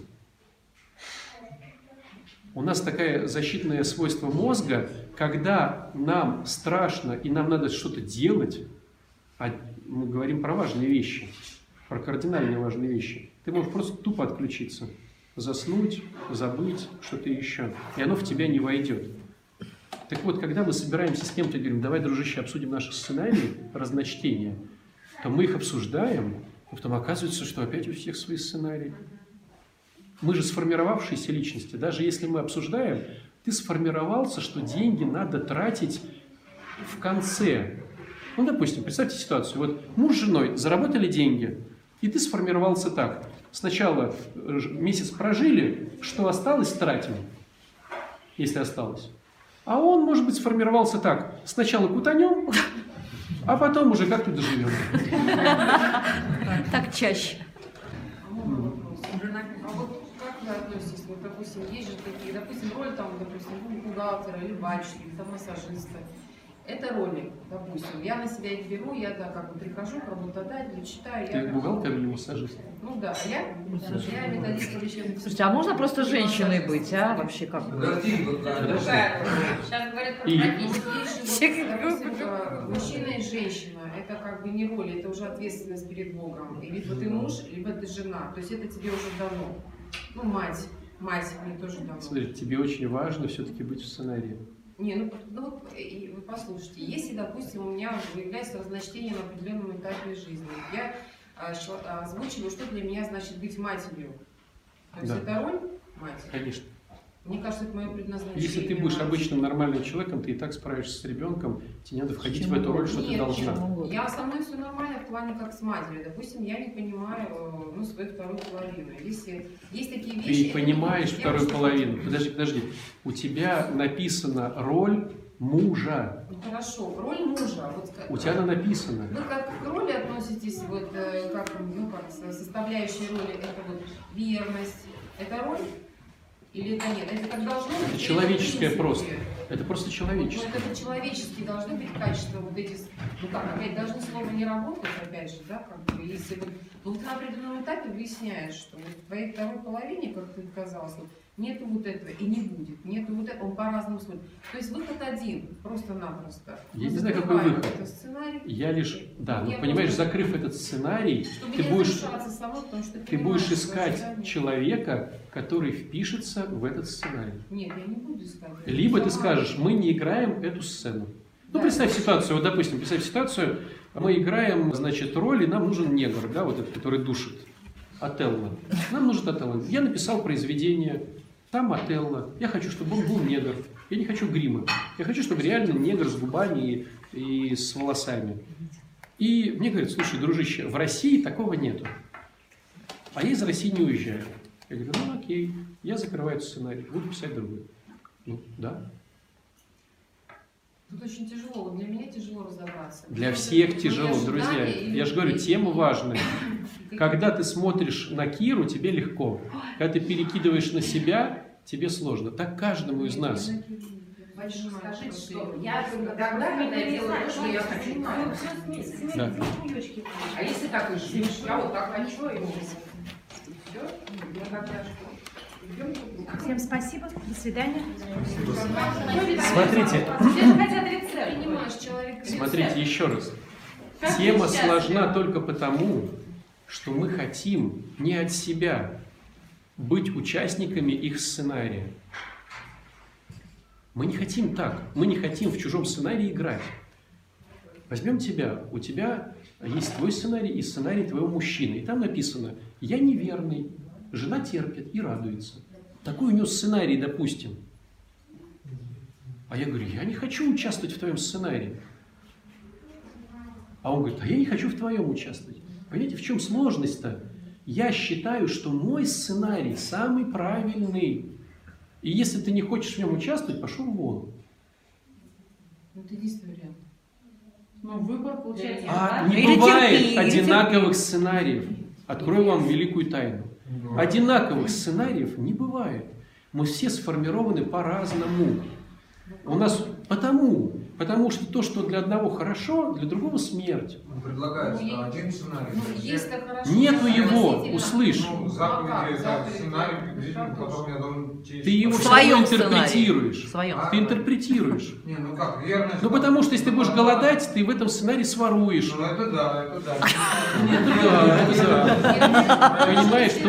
У нас такое защитное свойство мозга, когда нам страшно и нам надо что-то делать, а мы говорим про важные вещи, про кардинально важные вещи, ты можешь просто тупо отключиться, заснуть, забыть, что-то еще, и оно в тебя не войдет. Так вот, когда мы собираемся с кем-то и говорим, давай, дружище, обсудим наши сценарии, разночтения, то мы их обсуждаем, а потом оказывается, что опять у всех свои сценарии. Мы же сформировавшиеся личности, даже если мы обсуждаем, ты сформировался, что деньги надо тратить в конце. Ну, допустим, представьте ситуацию. Вот муж с женой заработали деньги, и ты сформировался так. Сначала месяц прожили, что осталось, тратим, если осталось. А он, может быть, сформировался так. Сначала кутанем, а потом уже как-то доживем. Так чаще. допустим, есть же такие, допустим, роль там, допустим, бухгалтера или батюшки, там массажиста. Это роли, допустим. Я на себя их беру, я так как бы прихожу к работодателю, читаю. Ты бухгалтер или массажист? Ну да, я методист по лечебной. Слушайте, а можно просто женщиной быть, а? Вообще как? Подожди, вот, Сейчас говорят про профессию. Допустим, мужчина и женщина, это как бы не роль, это уже ответственность перед Богом. И либо ты муж, либо ты жена. То есть это тебе уже дано. Ну, мать мне тоже дано. Смотри, тебе очень важно все-таки быть в сценарии. Не, ну вот, вы послушайте, если, допустим, у меня выявляется разночтение на определенном этапе жизни, я озвучиваю, что для меня значит быть матерью. То есть это роль матери? Конечно. Мне кажется, это мое предназначение. Если ты будешь обычным нормальным человеком, ты и так справишься с ребенком, тебе надо входить в эту роль, что ты должна. Я со мной все нормально в плане как с матерью. Допустим, я не понимаю свою вторую половину. Если есть такие вещи... Ты понимаешь вторую половину. Подожди. У тебя написана роль мужа. Ну хорошо, роль мужа. Вот, у тебя она написана. Вы как к роли относитесь, вот, как составляющие роли, это вот верность, это роль? Или это нет? Это как должно быть? Это человеческое просто. Это просто человеческое. Ну, это человеческие должны быть качества вот эти. Ну как, опять должны слово не работать, опять же, да, как бы, если вот. Но вот на определенном этапе выясняешь, что вот в твоей второй половине, как ты казалось, вот, нету вот этого и не будет, нету вот этого, он по-разному смотрит. То есть выход один, просто-напросто. Я не знаю, какой выход. Сценарий. Я лишь, да, ну понимаешь, закрыв этот сценарий, ты будешь искать человека, который впишется в этот сценарий. Нет, я не буду искать. Либо ты скажешь, мы не играем эту сцену. Ну, представь ситуацию, вот, допустим, мы играем, значит, роль, и нам нужен негр, да, вот этот, который душит. Отелло. Нам нужен Отелло. Я написал произведение, там Отелло. Я хочу, чтобы он был негр. Я не хочу грима. Я хочу, чтобы реально негр с губами и с волосами. И мне говорят, слушай, дружище, в России такого нету. А я из России не уезжаю. Я говорю, ну окей, я закрываю этот сценарий, буду писать другой. Ну, да. Тут очень тяжело, для меня тяжело разобраться. Для всех тяжело, друзья. Я же говорю, тема важная. Когда ты смотришь на Киру, тебе легко. Когда ты перекидываешь на себя, тебе сложно. Так каждому из нас. Скажите, что я тогда, когда я делаю то, что я хочу. Да. А если так и жить? Я вот так хочу, и все. Я тогда что? Всем спасибо. До свидания. Смотрите еще раз. Тема сложна только потому, что мы хотим не от себя быть участниками их сценария. Мы не хотим так. Мы не хотим в чужом сценарии играть. Возьмем тебя. У тебя есть твой сценарий и сценарий твоего мужчины. И там написано «Я неверный». Жена терпит и радуется. Такой у него сценарий, допустим. А я говорю, я не хочу участвовать в твоем сценарии. А он говорит, а я не хочу в твоем участвовать. Понимаете, в чем сложность-то? Я считаю, что мой сценарий самый правильный. И если ты не хочешь в нем участвовать, пошел вон. Ну, это единственный вариант. Ну, выбор получается. Не бывает одинаковых сценариев. Открою вам великую тайну. Одинаковых сценариев не бывает. Мы все сформированы по-разному. У нас потому что то, что для одного хорошо, для другого смерть. Предлагается один сценарий. Нету его, услышь. Заповеди, сценарий, потом я должен... Ты его все равно интерпретируешь. Ты интерпретируешь. Не, ну как, верность... Ну потому что если ты будешь голодать, ты в этом сценарии своруешь. Ну это да, это да. Это да. Понимаешь, что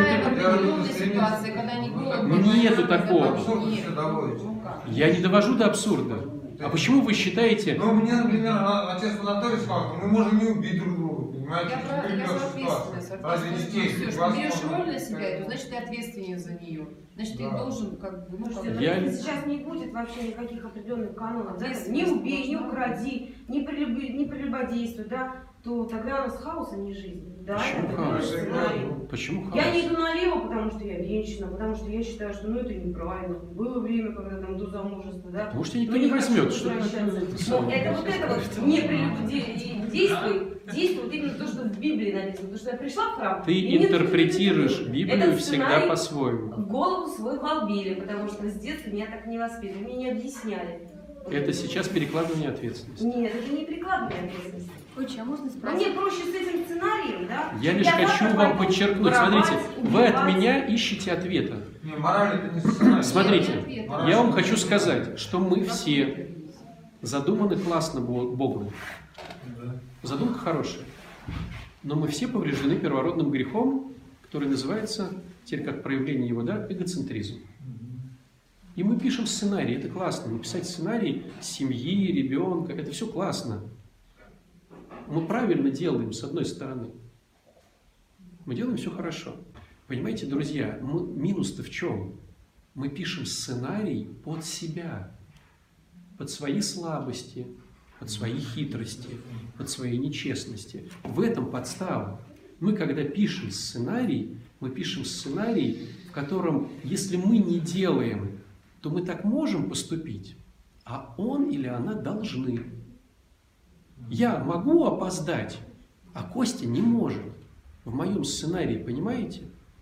ты... Нету такого. Я не довожу до абсурда. А почему вы считаете... Ну, мне, например, отец Анатолий сказал, что мы можем не убить друг друга, понимаете? Я за ответственность. Все, что берешь роль на себя, то значит ты ответственен за нее. Значит, ты должен как бы... Сейчас не будет вообще никаких определенных канонов. Да? Не убей, не укради, не прелюбодействуй, да? То тогда у нас хаос, а не жизнь. Да, почему хаос? Почему хаос? Я не иду налево, потому что я женщина, потому что я считаю, что это неправильно. Было время, когда там до замужества, да. Потому что никто не возьмет, что это вот не прелюбодействие. действуй вот именно то, что в Библии написано. Потому что я пришла в храм... Ты интерпретируешь Библию всегда по-своему. В голову свою вбили, потому что с детства меня так не воспитывали, мне не объясняли. Это сейчас перекладывание ответственности. Нет, это не перекладывание ответственности. Отче, а можно А спросить? мне проще с этим сценарием, да? Я лишь хочу вам подчеркнуть, смотрите, вы от меня ищете ответа. Не, мораль это не сценарий. Смотрите, я вам хочу сказать, что мы все задуманы классно Богом. Задумка хорошая. Но мы все повреждены первородным грехом, который называется, теперь как проявление его, да, эгоцентризм. И мы пишем сценарий, это классно. Написать сценарий семьи, ребенка, это все классно. Мы правильно делаем, с одной стороны. Мы делаем все хорошо. Понимаете, друзья, минус-то в чем? Мы пишем сценарий под себя, под свои слабости, под свои хитрости, под свои нечестности. В этом подстава. Мы, когда пишем сценарий, мы пишем сценарий, в котором, если мы не делаем, то мы так можем поступить, а он или она должны. Я могу опоздать, а Костя не может. В моем сценарии, понимаете?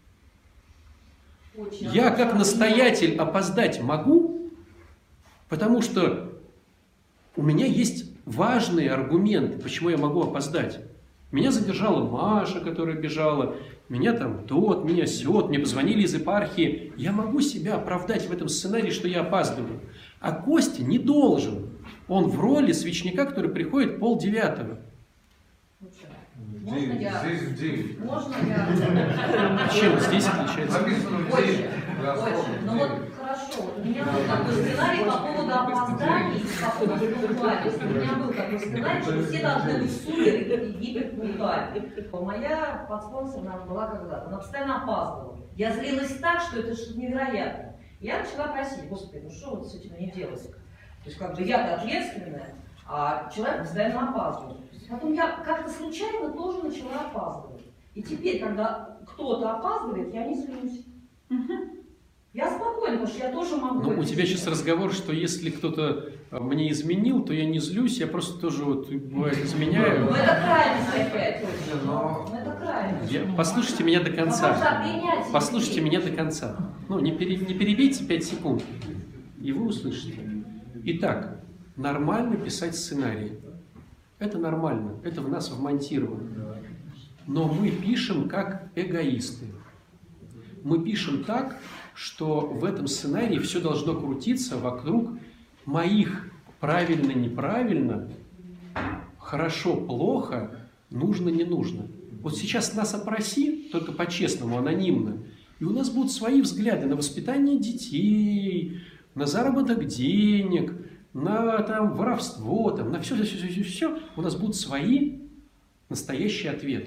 Я как настоятель опоздать могу, потому что у меня есть важные аргументы, почему я могу опоздать. Меня задержала Маша, которая бежала, меня там тот, меня сёт, мне позвонили из епархии. Я могу себя оправдать в этом сценарии, что я опаздываю. А Костя не должен. Он в роли свечника, который приходит 8:30. Можно я? Здесь в 9. Можно я? Чем здесь отличается? Написано в 9. Ну вот хорошо, вот у меня был такой сценарий по поводу опозданий, по поводу пунктуальности. У меня был такой сценарий, что все должны быть супер и гиперпунктуальны. Моя подспонсорная была когда-то, она постоянно опаздывала. Я злилась так, что это что-то невероятное. Я начала просить, господи, ну что вот с этим не делать? То есть как бы я-то ответственная, а человек постоянно опаздывает. Потом я как-то случайно тоже начала опаздывать. И теперь, когда кто-то опаздывает, я не злюсь. Я спокойна, потому что я тоже могу. Ну, у тебя сейчас разговор, что если кто-то мне изменил, то я не злюсь, я просто тоже вот бывает изменяю. Ну это крайность опять. Но... Ну это крайность. Послушайте меня до конца. Послушайте меня до конца. Ну, не перебейте 5 секунд, и вы услышите. Итак, нормально писать сценарий. Это нормально, это в нас вмонтировано. Но мы пишем как эгоисты. Мы пишем так, что в этом сценарии все должно крутиться вокруг моих правильно-неправильно, хорошо-плохо, нужно-не нужно. Вот сейчас нас опроси, только по-честному, анонимно, и у нас будут свои взгляды на воспитание детей, на заработок денег, на там, воровство, там, на все. У нас будут свои настоящие ответы.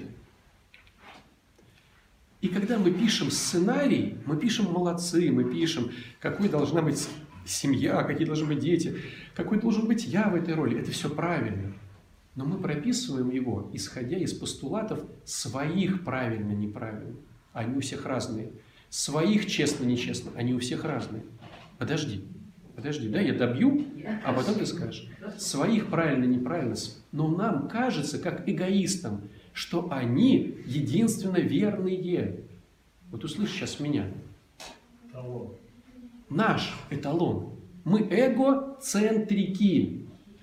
И когда мы пишем сценарий, мы пишем молодцы, мы пишем, какой должна быть семья, какие должны быть дети, какой должен быть я в этой роли. Это все правильно. Но мы прописываем его, исходя из постулатов своих правильно-неправильно. Они у всех разные. Своих честно-нечестно, они у всех разные. Подожди, да, я добью, а потом ты скажешь. Своих правильно-неправильно. Но нам кажется, как эгоистам, что они единственно верные. Вот услышь сейчас меня. Эталон. Наш эталон. Мы эгоцентрики.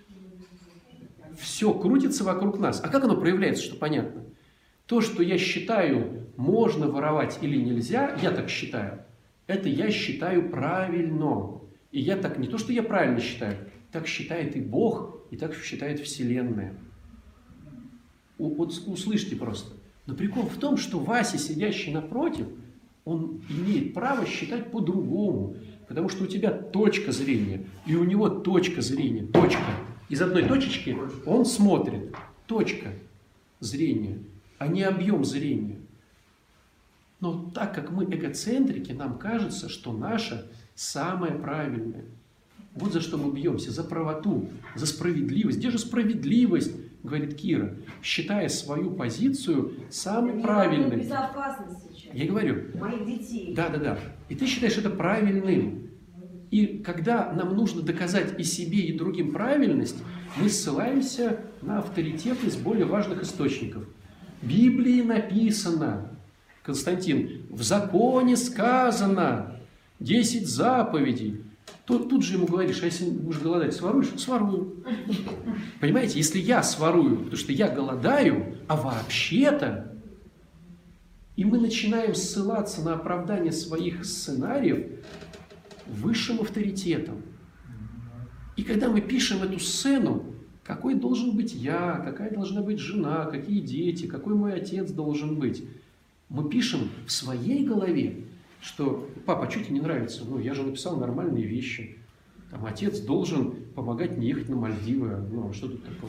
Все крутится вокруг нас. А как оно проявляется, что понятно? То, что я считаю, можно воровать или нельзя, я так считаю, это я считаю правильно. И я так, не то, что я правильно считаю, так считает и Бог, и так считает Вселенная. Вот услышьте просто. Но прикол в том, что Вася, сидящий напротив, он имеет право считать по-другому. Потому что у тебя точка зрения, и у него точка зрения, точка. Из одной точечки он смотрит. Точка зрения, а не объем зрения. Но так как мы эгоцентрики, нам кажется, что наше самое правильное. Вот за что мы бьемся, за правоту, за справедливость. Где же справедливость, говорит Кира, считая свою позицию самой правильной. Безопасность сейчас. Я говорю. Моих детей. Да. И ты считаешь это правильным. И когда нам нужно доказать и себе, и другим правильность, мы ссылаемся на авторитетность более важных источников. В Библии написано, Константин, в законе сказано 10 заповедей. Тут же ему говоришь, а если будешь голодать, своруешь? Сворую. Понимаете, если я сворую, потому что я голодаю, а вообще-то, и мы начинаем ссылаться на оправдание своих сценариев высшим авторитетом. И когда мы пишем эту сцену, какой должен быть я, какая должна быть жена, какие дети, какой мой отец должен быть, мы пишем в своей голове, что «папа, что тебе не нравится? Ну, я же написал нормальные вещи. Там, отец должен помогать мне ехать на Мальдивы. Ну, что тут такого?»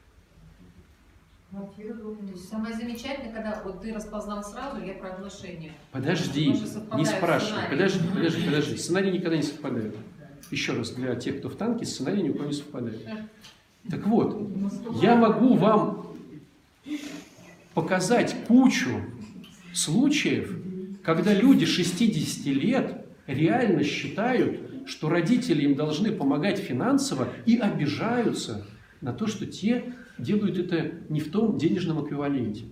То есть самое замечательное, когда вот ты распознал сразу, я про отношения. Подожди, не спрашивай. Подожди. Сценарии никогда не совпадают. Еще раз, для тех, кто в танке, сценарий ни у кого не совпадает. Так вот, я могу вам показать кучу случаев, когда люди 60 лет реально считают, что родители им должны помогать финансово и обижаются на то, что те делают это не в том денежном эквиваленте.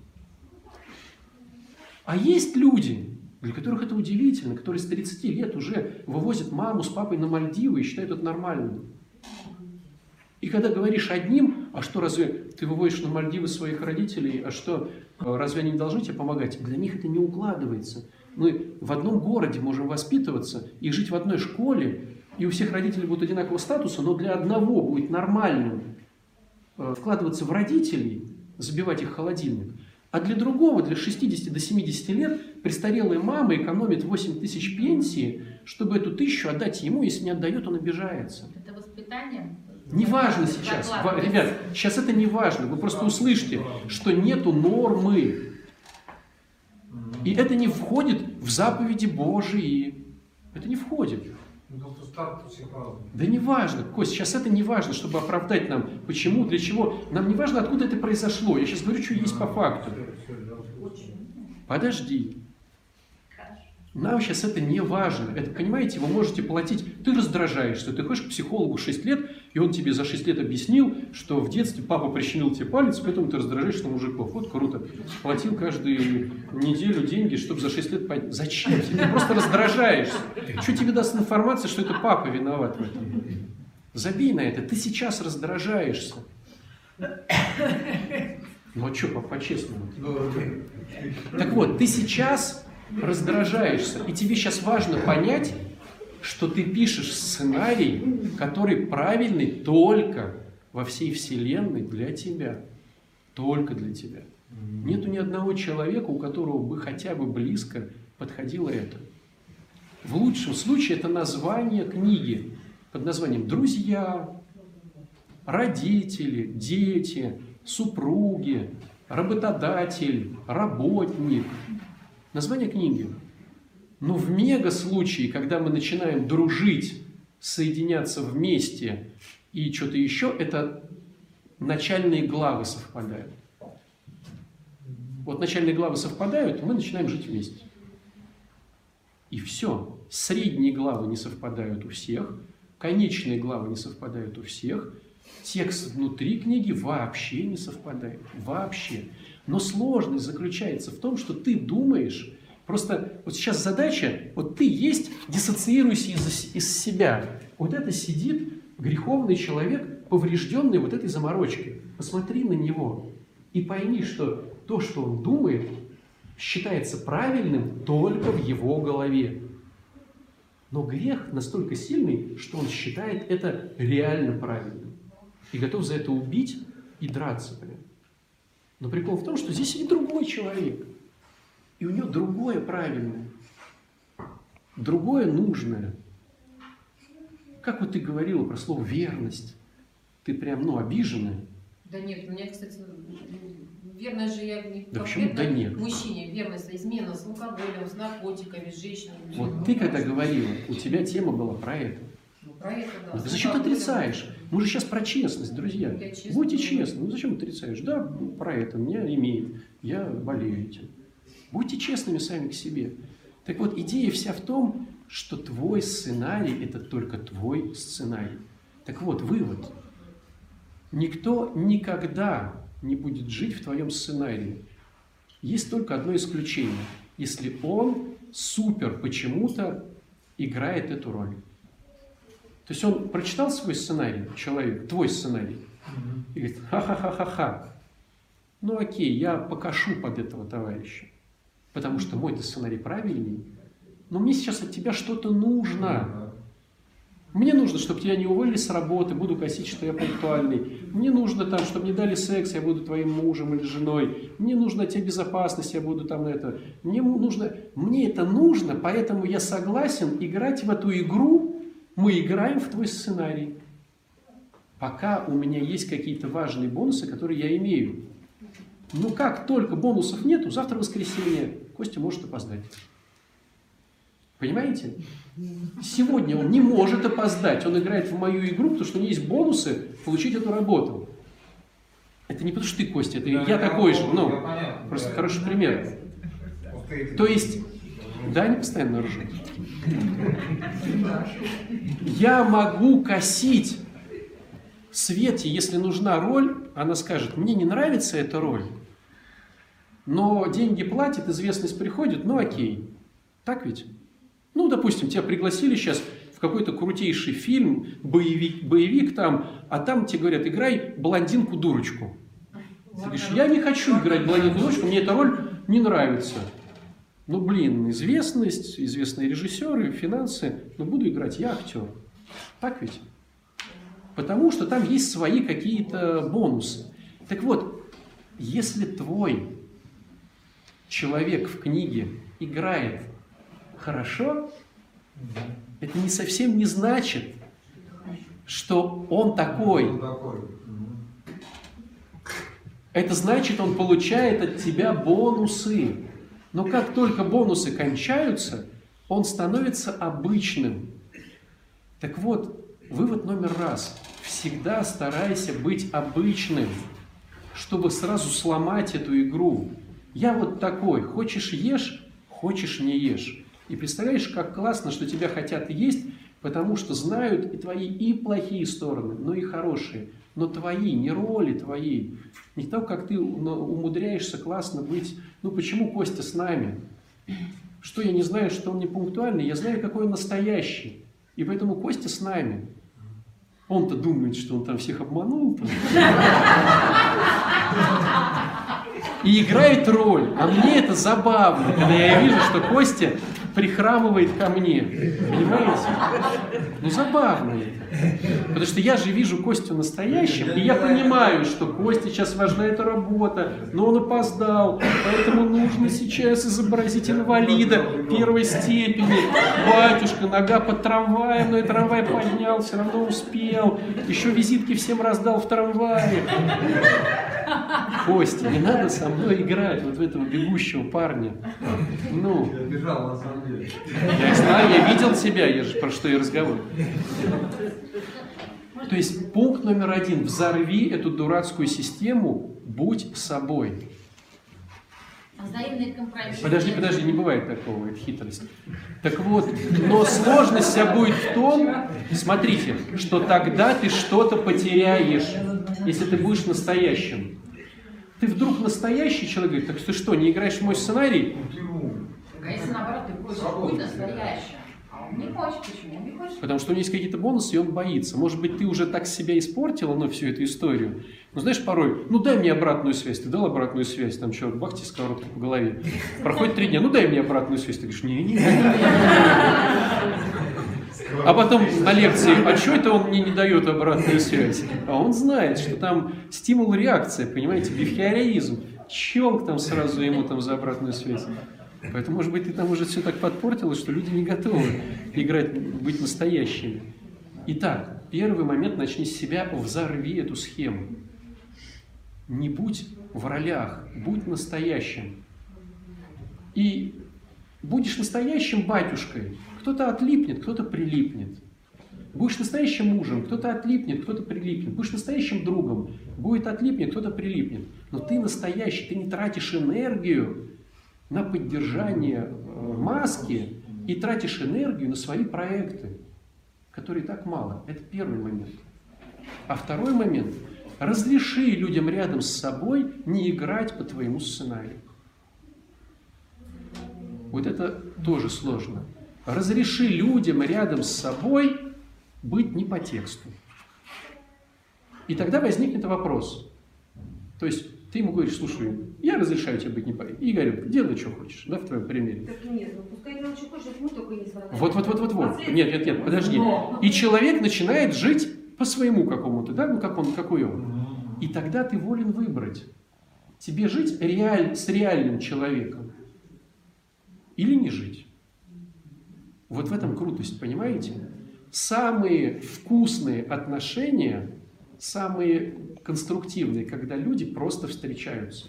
А есть люди, для которых это удивительно, которые с 30 лет уже вывозят маму с папой на Мальдивы и считают это нормальным. И когда говоришь одним, а что, разве ты вывозишь на Мальдивы своих родителей, а что, разве они не должны тебе помогать? Для них это не укладывается. Мы в одном городе можем воспитываться и жить в одной школе, и у всех родителей будут одинакового статуса, но для одного будет нормальным вкладываться в родителей, забивать их в холодильник, а для другого, для 60 до 70 лет, престарелая мама экономит 8 тысяч пенсии, чтобы эту 1000 отдать ему, если не отдает, он обижается. Это воспитание? Неважно сейчас, ребят, сейчас это не важно, вы просто услышите, что нету нормы. И это не входит в заповеди Божии. Это не входит. Да не важно, Кость, сейчас это не важно, чтобы оправдать нам, почему, для чего. Нам не важно, откуда это произошло. Я сейчас говорю, что есть по факту. Подожди. Нам сейчас это не важно. Это, понимаете, вы можете платить. Ты раздражаешься, ты ходишь к психологу 6 лет, и он тебе за 6 лет объяснил, что в детстве папа прищемил тебе палец, поэтому ты раздражаешься на мужиков. Вот круто. Платил каждую неделю деньги, чтобы за 6 лет понять. Зачем? Ты просто раздражаешься. Что тебе даст информация, что это папа виноват в этом? Забей на это. Ты сейчас раздражаешься. Ну а что, по-честному? Так вот, ты сейчас раздражаешься, и тебе сейчас важно понять, что ты пишешь сценарий, который правильный только во всей вселенной для тебя. Только для тебя. Нету ни одного человека, у которого бы хотя бы близко подходило это. В лучшем случае это название книги под названием «Друзья», «Родители», «Дети», «Супруги», «Работодатель», «Работник». Название книги. Но в мега-случае, когда мы начинаем дружить, соединяться вместе и что-то еще, это начальные главы совпадают. Вот начальные главы совпадают, мы начинаем жить вместе. И все. Средние главы не совпадают у всех, конечные главы не совпадают у всех, текст внутри книги вообще не совпадает. Вообще. Но сложность заключается в том, что ты думаешь, просто вот сейчас задача, вот ты есть, диссоциируйся из себя. Вот это сидит греховный человек, поврежденный вот этой заморочкой. Посмотри на него и пойми, что то, что он думает, считается правильным только в его голове. Но грех настолько сильный, что он считает это реально правильным. И готов за это убить и драться прям. Но прикол в том, что здесь сидит другой человек. И у него другое правильное. Другое нужное. Как вот ты говорила про слово «верность». Ты прям, обиженная. Да нет, у меня, кстати, верность же я не да почему да нет? Мужчине, верность, измена с алкоголем, с наркотиками, с женщинами. Вот ты когда говорила, у тебя тема была про это. Про это, да. Зачем ты отрицаешь? Мы же сейчас про честность, друзья. Будьте честны. Зачем ты отрицаешь? Да, про это. Меня имеет. Я болею этим. Будьте честными сами к себе. Так вот, идея вся в том, что твой сценарий – это только твой сценарий. Так вот, вывод. Никто никогда не будет жить в твоем сценарии. Есть только одно исключение. Если он супер почему-то играет эту роль. То есть он прочитал свой сценарий, человек, твой сценарий, и говорит, ха-ха-ха-ха-ха. Ну окей, я покашу под этого товарища, потому что мой-то сценарий правильней, но мне сейчас от тебя что-то нужно. Мне нужно, чтобы тебя не уволили с работы, буду косить, что я пунктуальный. Мне нужно, там, чтобы мне дали секс, я буду твоим мужем или женой. Мне нужно от тебя безопасность, я буду там это. Мне это нужно, поэтому я согласен играть в эту игру. Мы играем в твой сценарий. Пока у меня есть какие-то важные бонусы, которые я имею. Но как только бонусов нету, завтра воскресенье, Костя может опоздать. Понимаете? Сегодня он не может опоздать. Он играет в мою игру, потому что у него есть бонусы получить эту работу. Это не потому что ты, Костя, это я такой же. Ну, просто хороший пример. То есть, да, они постоянно ржут. Я могу косить Свете, если нужна роль, она скажет, мне не нравится эта роль, но деньги платят, известность приходит, ну окей. Так ведь? Ну, допустим, тебя пригласили сейчас в какой-то крутейший фильм, боевик там, а там тебе говорят, играй блондинку-дурочку. Ты говоришь, я не хочу играть блондинку-дурочку, мне эта роль не нравится. Ну, блин, известность, известные режиссеры, финансы, но буду играть, я актер. Так ведь? Потому что там есть свои какие-то бонусы. Так вот, если твой человек в книге играет хорошо, это не совсем не значит, что он такой. Это значит, он получает от тебя бонусы. Но как только бонусы кончаются, он становится обычным. Так вот, вывод номер раз. Всегда старайся быть обычным, чтобы сразу сломать эту игру. Я вот такой. Хочешь ешь, хочешь не ешь. И представляешь, как классно, что тебя хотят есть, потому что знают и твои и плохие стороны, но и хорошие. Но твои, не роли твои. Не то, как ты умудряешься классно быть. Ну почему Костя с нами? Что я не знаю, что он не пунктуальный? Я знаю, какой он настоящий. И поэтому Костя с нами. Он-то думает, что он там всех обманул. И играет роль. А мне это забавно, когда я вижу, что Костя прихрамывает ко мне. Понимаете? Ну забавно это. Потому что я же вижу Костю настоящим, и я понимаю, что Косте сейчас важна эта работа, но он опоздал, поэтому нужно сейчас изобразить инвалида первой степени. Батюшка, нога под трамваем, но и трамвай поднял, все равно успел. Еще визитки всем раздал в трамвае. Костя, не надо со мной играть вот в этого бегущего парня. Ну. Я бежал, на самом деле. Я знаю, я видел тебя, я же про что и разговариваю. То есть пункт номер один. Взорви эту дурацкую систему, будь собой. Взаимные компромиссы. Подожди, не бывает такого, это хитрость. Так вот, но сложность вся будет в том, смотрите, что тогда ты что-то потеряешь, если ты будешь настоящим. Ты вдруг настоящий человек, говорит, так ты что, не играешь в мой сценарий? А если наоборот ты хочешь быть настоящим, а он не хочет, почему он не хочет? Потому что у него есть какие-то бонусы, и он боится. Может быть, ты уже так себя испортила, ну, всю эту историю. Ну, знаешь, порой, ну, дай мне обратную связь. Ты дал обратную связь, там, человек, бах, тебе сковородку по голове. Проходит 3 дня, ну, дай мне обратную связь. Ты говоришь, не. А потом на лекции, а что это он мне не дает обратную связь? А он знает, что там стимул-реакция, понимаете, бихевиоризм. Щелк там сразу ему там за обратную связь. Поэтому, может быть, ты там уже все так подпортилось, что люди не готовы играть, быть настоящими. Итак, первый момент, начни с себя, взорви эту схему. Не будь в ролях, будь настоящим. И будешь настоящим батюшкой, кто-то отлипнет, кто-то прилипнет. Будешь настоящим мужем, кто-то отлипнет, кто-то прилипнет. Будешь настоящим другом, будет отлипнет, кто-то прилипнет. Но ты настоящий, ты не тратишь энергию на поддержание маски и тратишь энергию на свои проекты, которые так мало. Это первый момент. А второй момент. Разреши людям рядом с собой не играть по твоему сценарию. Вот это тоже сложно. Разреши людям рядом с собой быть не по тексту. И тогда возникнет вопрос. То есть ты ему говоришь: слушай, я разрешаю тебе быть не по... И говорю: делай, что хочешь, да, в твоем примере. Так нет, ну пускай делать, что хочешь, мы только не страдаем. Вот. Нет, подожди. И человек начинает жить по своему какому-то, да, ну какой он. И тогда ты волен выбрать. Тебе жить с реальным человеком или не жить. Вот в этом крутость, понимаете? Самые вкусные отношения, самые конструктивные, когда люди просто встречаются.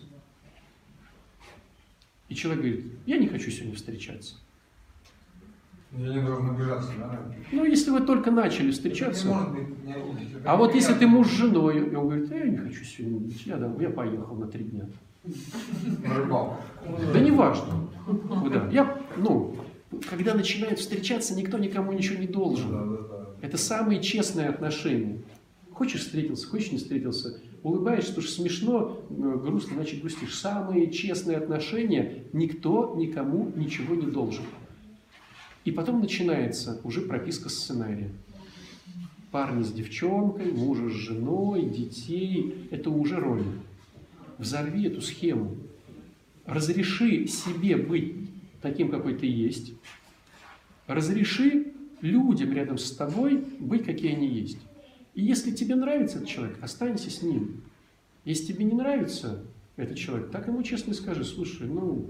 И человек говорит: я не хочу сегодня встречаться. Я не должен обижаться, да? Ну, если вы только начали встречаться. Это может быть, не обидеть. А вот если ты муж с женой, и он говорит: я не хочу сегодня быть, я поехал на 3 дня. На рыбалку. Да не важно. Куда? Когда начинают встречаться, никто никому ничего не должен. Это самые честные отношения. Хочешь — встретился, хочешь — не встретился. Улыбаешься, потому что смешно, грустно, значит грустишь. Самые честные отношения, никто никому ничего не должен. И потом начинается уже прописка сценария. Парни с девчонкой, мужа с женой, детей. Это уже роли. Взорви эту схему. Разреши себе быть таким, какой ты есть. Разреши людям рядом с тобой быть, какие они есть. И если тебе нравится этот человек, останься с ним. Если тебе не нравится этот человек, так ему честно скажи: слушай,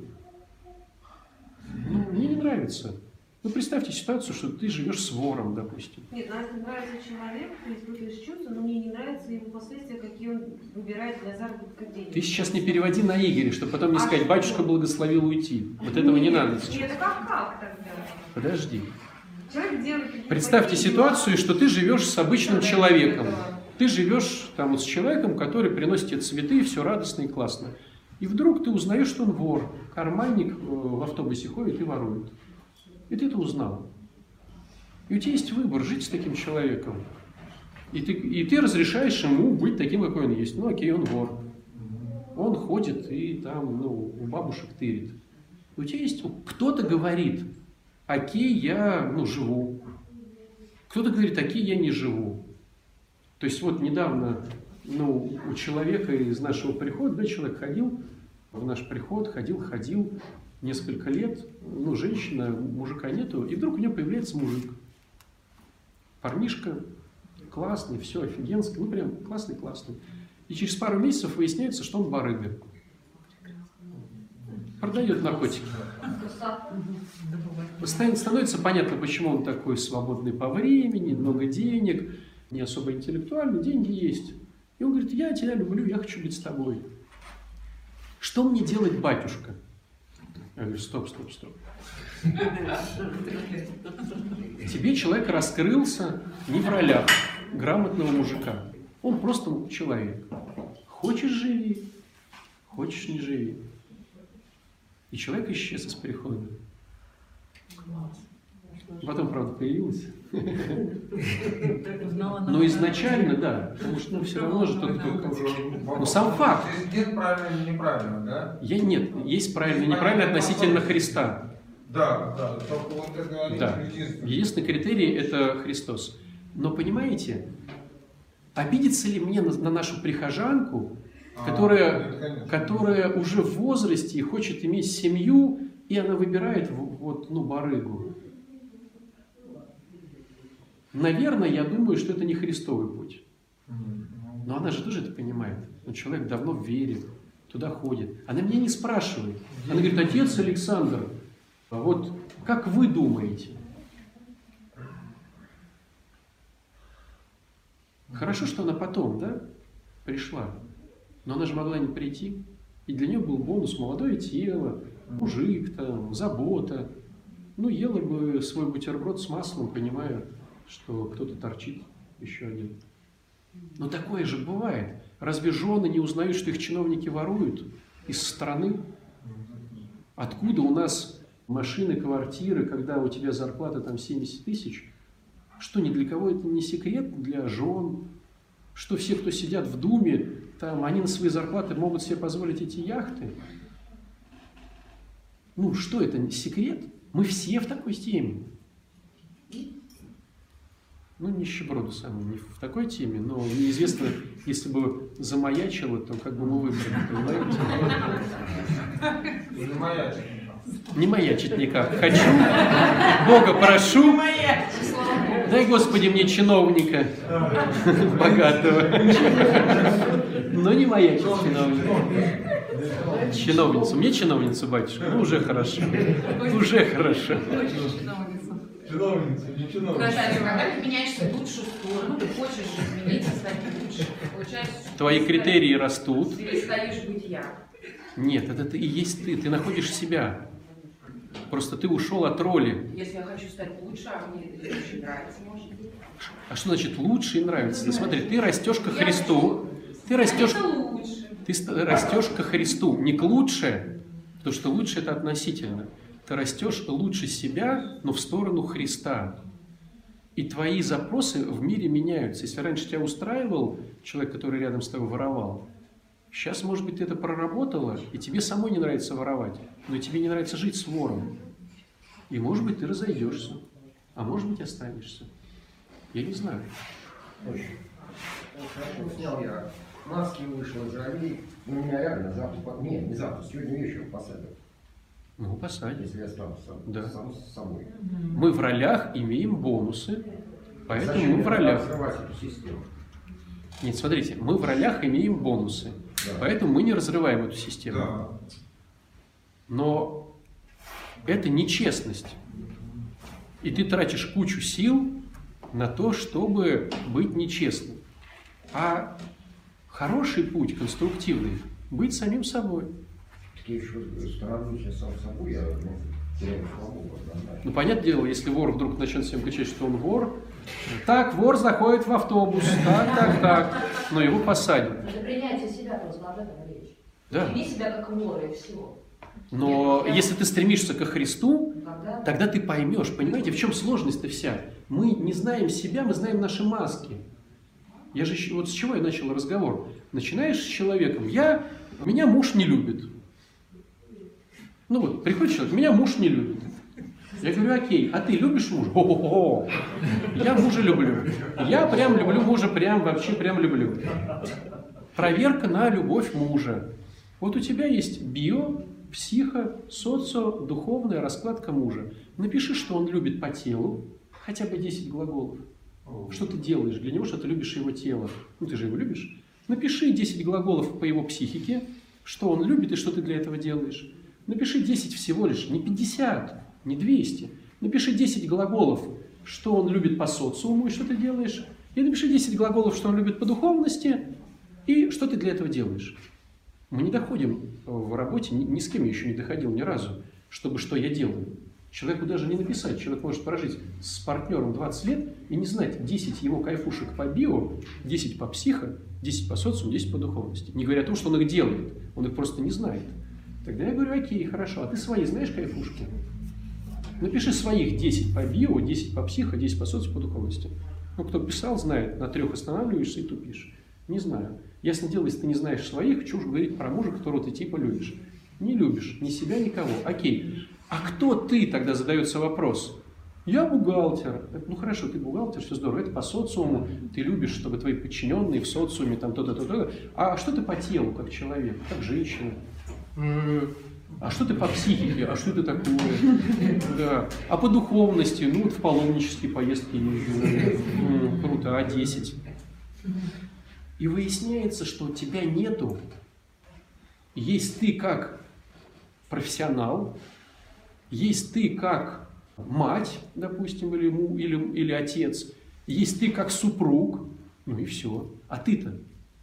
мне не нравится. Представьте ситуацию, что ты живешь с вором, допустим. Нет, если нравится человек, ты испытываешь чувства, но мне не нравятся его последствия, какие он выбирает для заработка денег. Ты сейчас не переводи на Игоря, чтобы потом не сказать: батюшка благословил уйти. Вот этого не надо сейчас. Нет, это как тогда? Подожди. Делает... Представьте ситуацию, что ты живешь с обычным человеком. Ты живешь там с человеком, который приносит тебе цветы, и все радостно и классно. И вдруг ты узнаешь, что он вор, карманник в автобусе ходит и ворует. И ты это узнал. И у тебя есть выбор — жить с таким человеком. И ты разрешаешь ему быть таким, какой он есть. Окей, он вор. Он ходит и там, у бабушек тырит. И у тебя есть... Кто-то говорит: окей, я, живу. Кто-то говорит: окей, я не живу. То есть вот недавно, у человека из нашего прихода, человек ходил в наш приход, ходил несколько лет, женщина, мужика нету, и вдруг у нее появляется мужик. Парнишка, классный, все офигенский, прям классный. И через пару месяцев выясняется, что он барыга. Продает наркотики. Становится понятно, почему он такой свободный по времени, много денег, не особо интеллектуальный, деньги есть. И он говорит: я тебя люблю, я хочу быть с тобой. Что мне делать, батюшка? Я говорю: стоп. Тебе человек раскрылся не в ролях грамотного мужика. Он просто человек. Хочешь — живи, хочешь — не живи. И человек исчез из прихода. Потом, правда, появился. Но изначально, да. Потому что все равно же тут... сам факт. Нет правильно или неправильно, да? Нет, есть правильно и неправильно относительно Христа. Да. Только вот это единственное. Единственный критерий — это Христос. Но понимаете, обидится ли мне на нашу прихожанку, которая уже в возрасте и хочет иметь семью, и она выбирает барыгу? Наверное, я думаю, что это не христовый путь. Но она же тоже это понимает. Человек давно в вере, туда ходит. Она меня не спрашивает. Она говорит: отец Александр, вот как вы думаете? Хорошо, что она потом, пришла. Но она же могла не прийти. И для нее был бонус: молодое тело, мужик, забота. Ела бы свой бутерброд с маслом, понимая, что кто-то торчит, еще один. Но такое же бывает. Разве жены не узнают, что их чиновники воруют из страны? Откуда у нас машины, квартиры, когда у тебя зарплата 70 тысяч? Что, ни для кого это не секрет? Для жен, Что все, кто сидят в Думе, там, они на свои зарплаты могут себе позволить эти яхты? Ну, что это, секрет? Мы все в такой теме. Ну, нищеброду сами не в такой теме, но неизвестно, если бы замаячило, то как бы мы выбрали, понимаете? И не маячит. Не маячить никак. Хочу, Бога прошу, дай, Господи, мне чиновника богатого. Но не маячить чиновника. Чиновницу. Мне чиновницу, батюшка? Ну, уже хорошо. Уже хорошо. Чиновница, не чиновница. Наталья, когда ты меняешься в лучшую сторону, ты хочешь измениться, стать лучше, получается, что Твои критерии растут. ты перестаешь быть я. Нет, это ты и есть ты. Ты находишь себя. Просто ты ушел от роли. Если я хочу стать лучше, а мне это очень нравится, может быть. А что значит лучше и нравится? Ну, смотри, ты растешь ко Христу. Ты растешь, Это лучше. ты растешь ко Христу. Не к лучше, потому что лучше это относительно. Ты растешь лучше себя, но в сторону Христа. И твои запросы в мире меняются. Если раньше тебя устраивал человек, который рядом с тобой воровал, сейчас, может быть, ты это проработала, и тебе самой не нравится воровать, но и тебе не нравится жить с вором. И, может быть, ты разойдешься, а может быть, останешься. Я не знаю. Снял я маски, вышел из ролей, и меня реально завтра, не завтра, сегодня вечером посадят. Ну, посадят. Если я стану сам с собой. Мы в ролях имеем бонусы, поэтому Зачем мы в ролях. разрывать эту систему? Нет, смотрите, мы в ролях имеем бонусы, Да. поэтому мы не разрываем эту систему. Да. Но это нечестность. И ты тратишь кучу сил на то, чтобы быть нечестным. А хороший путь, конструктивный, быть самим собой. Я еще становлюсь я сам собой, я теряю свободу. Ну, понятное дело, если вор вдруг начнет всем кричать, что он вор, так, вор заходит в автобус, так, но его посадят. Это принятие себя просто, об этом речь. Да. Вели себя как вора и всего. Но если ты стремишься ко Христу, Тогда тогда ты поймешь, понимаете, в чем сложность-то вся? Мы не знаем себя, мы знаем наши маски. Я же вот с чего я начал разговор? Начинаешь с человеком, меня муж не любит. Ну вот, приходит человек, меня муж не любит. Я говорю, окей, а ты любишь мужа? О-о-о, я мужа люблю. Я прям люблю мужа, вообще люблю. Проверка на любовь мужа. Вот у тебя есть био, психо, социо, духовная раскладка мужа. Напиши, что он любит по телу, хотя бы 10 глаголов. Что ты делаешь для него, что ты любишь его тело? Ну, ты же его любишь. Напиши 10 глаголов по его психике, что он любит и что ты для этого делаешь. Напиши 10 всего лишь, не 50, не 200. Напиши 10 глаголов, что он любит по социуму и что ты делаешь. И напиши 10 глаголов, что он любит по духовности и что ты для этого делаешь. Мы не доходим в работе, ни с кем я еще не доходил ни разу, чтобы что я делаю. Человеку даже не написать. Человек может прожить с партнером 20 лет и не знать 10 его кайфушек по био, 10 по психо, 10 по социуму, 10 по духовности. Не говоря о том, что он их делает. Он их просто не знает. Тогда я говорю, окей, хорошо, а ты свои знаешь кайфушки? Напиши своих 10 по био, 10 по психо, 10 по социуму, по духовности. Ну, кто писал, знает, на 3 останавливаешься и тупишь. Не знаю. Ясно дело, если ты не знаешь своих, чушь говорить про мужа, которого ты типа любишь. Не любишь ни себя, никого. Окей. А кто ты, тогда задается вопрос? Я бухгалтер. Ну хорошо, ты бухгалтер, все здорово. Это по социуму. Ты любишь, чтобы твои подчиненные в социуме там то-то, то-то. А что ты по телу, как человек, как женщина? А что ты по психике? А что это такое? Да. А по духовности? Ну вот в паломнические поездки езжу. Круто, а 10. И выясняется, что тебя нету. Есть ты как профессионал, есть ты как мать, допустим, или отец, есть ты как супруг, ну и все. А ты-то?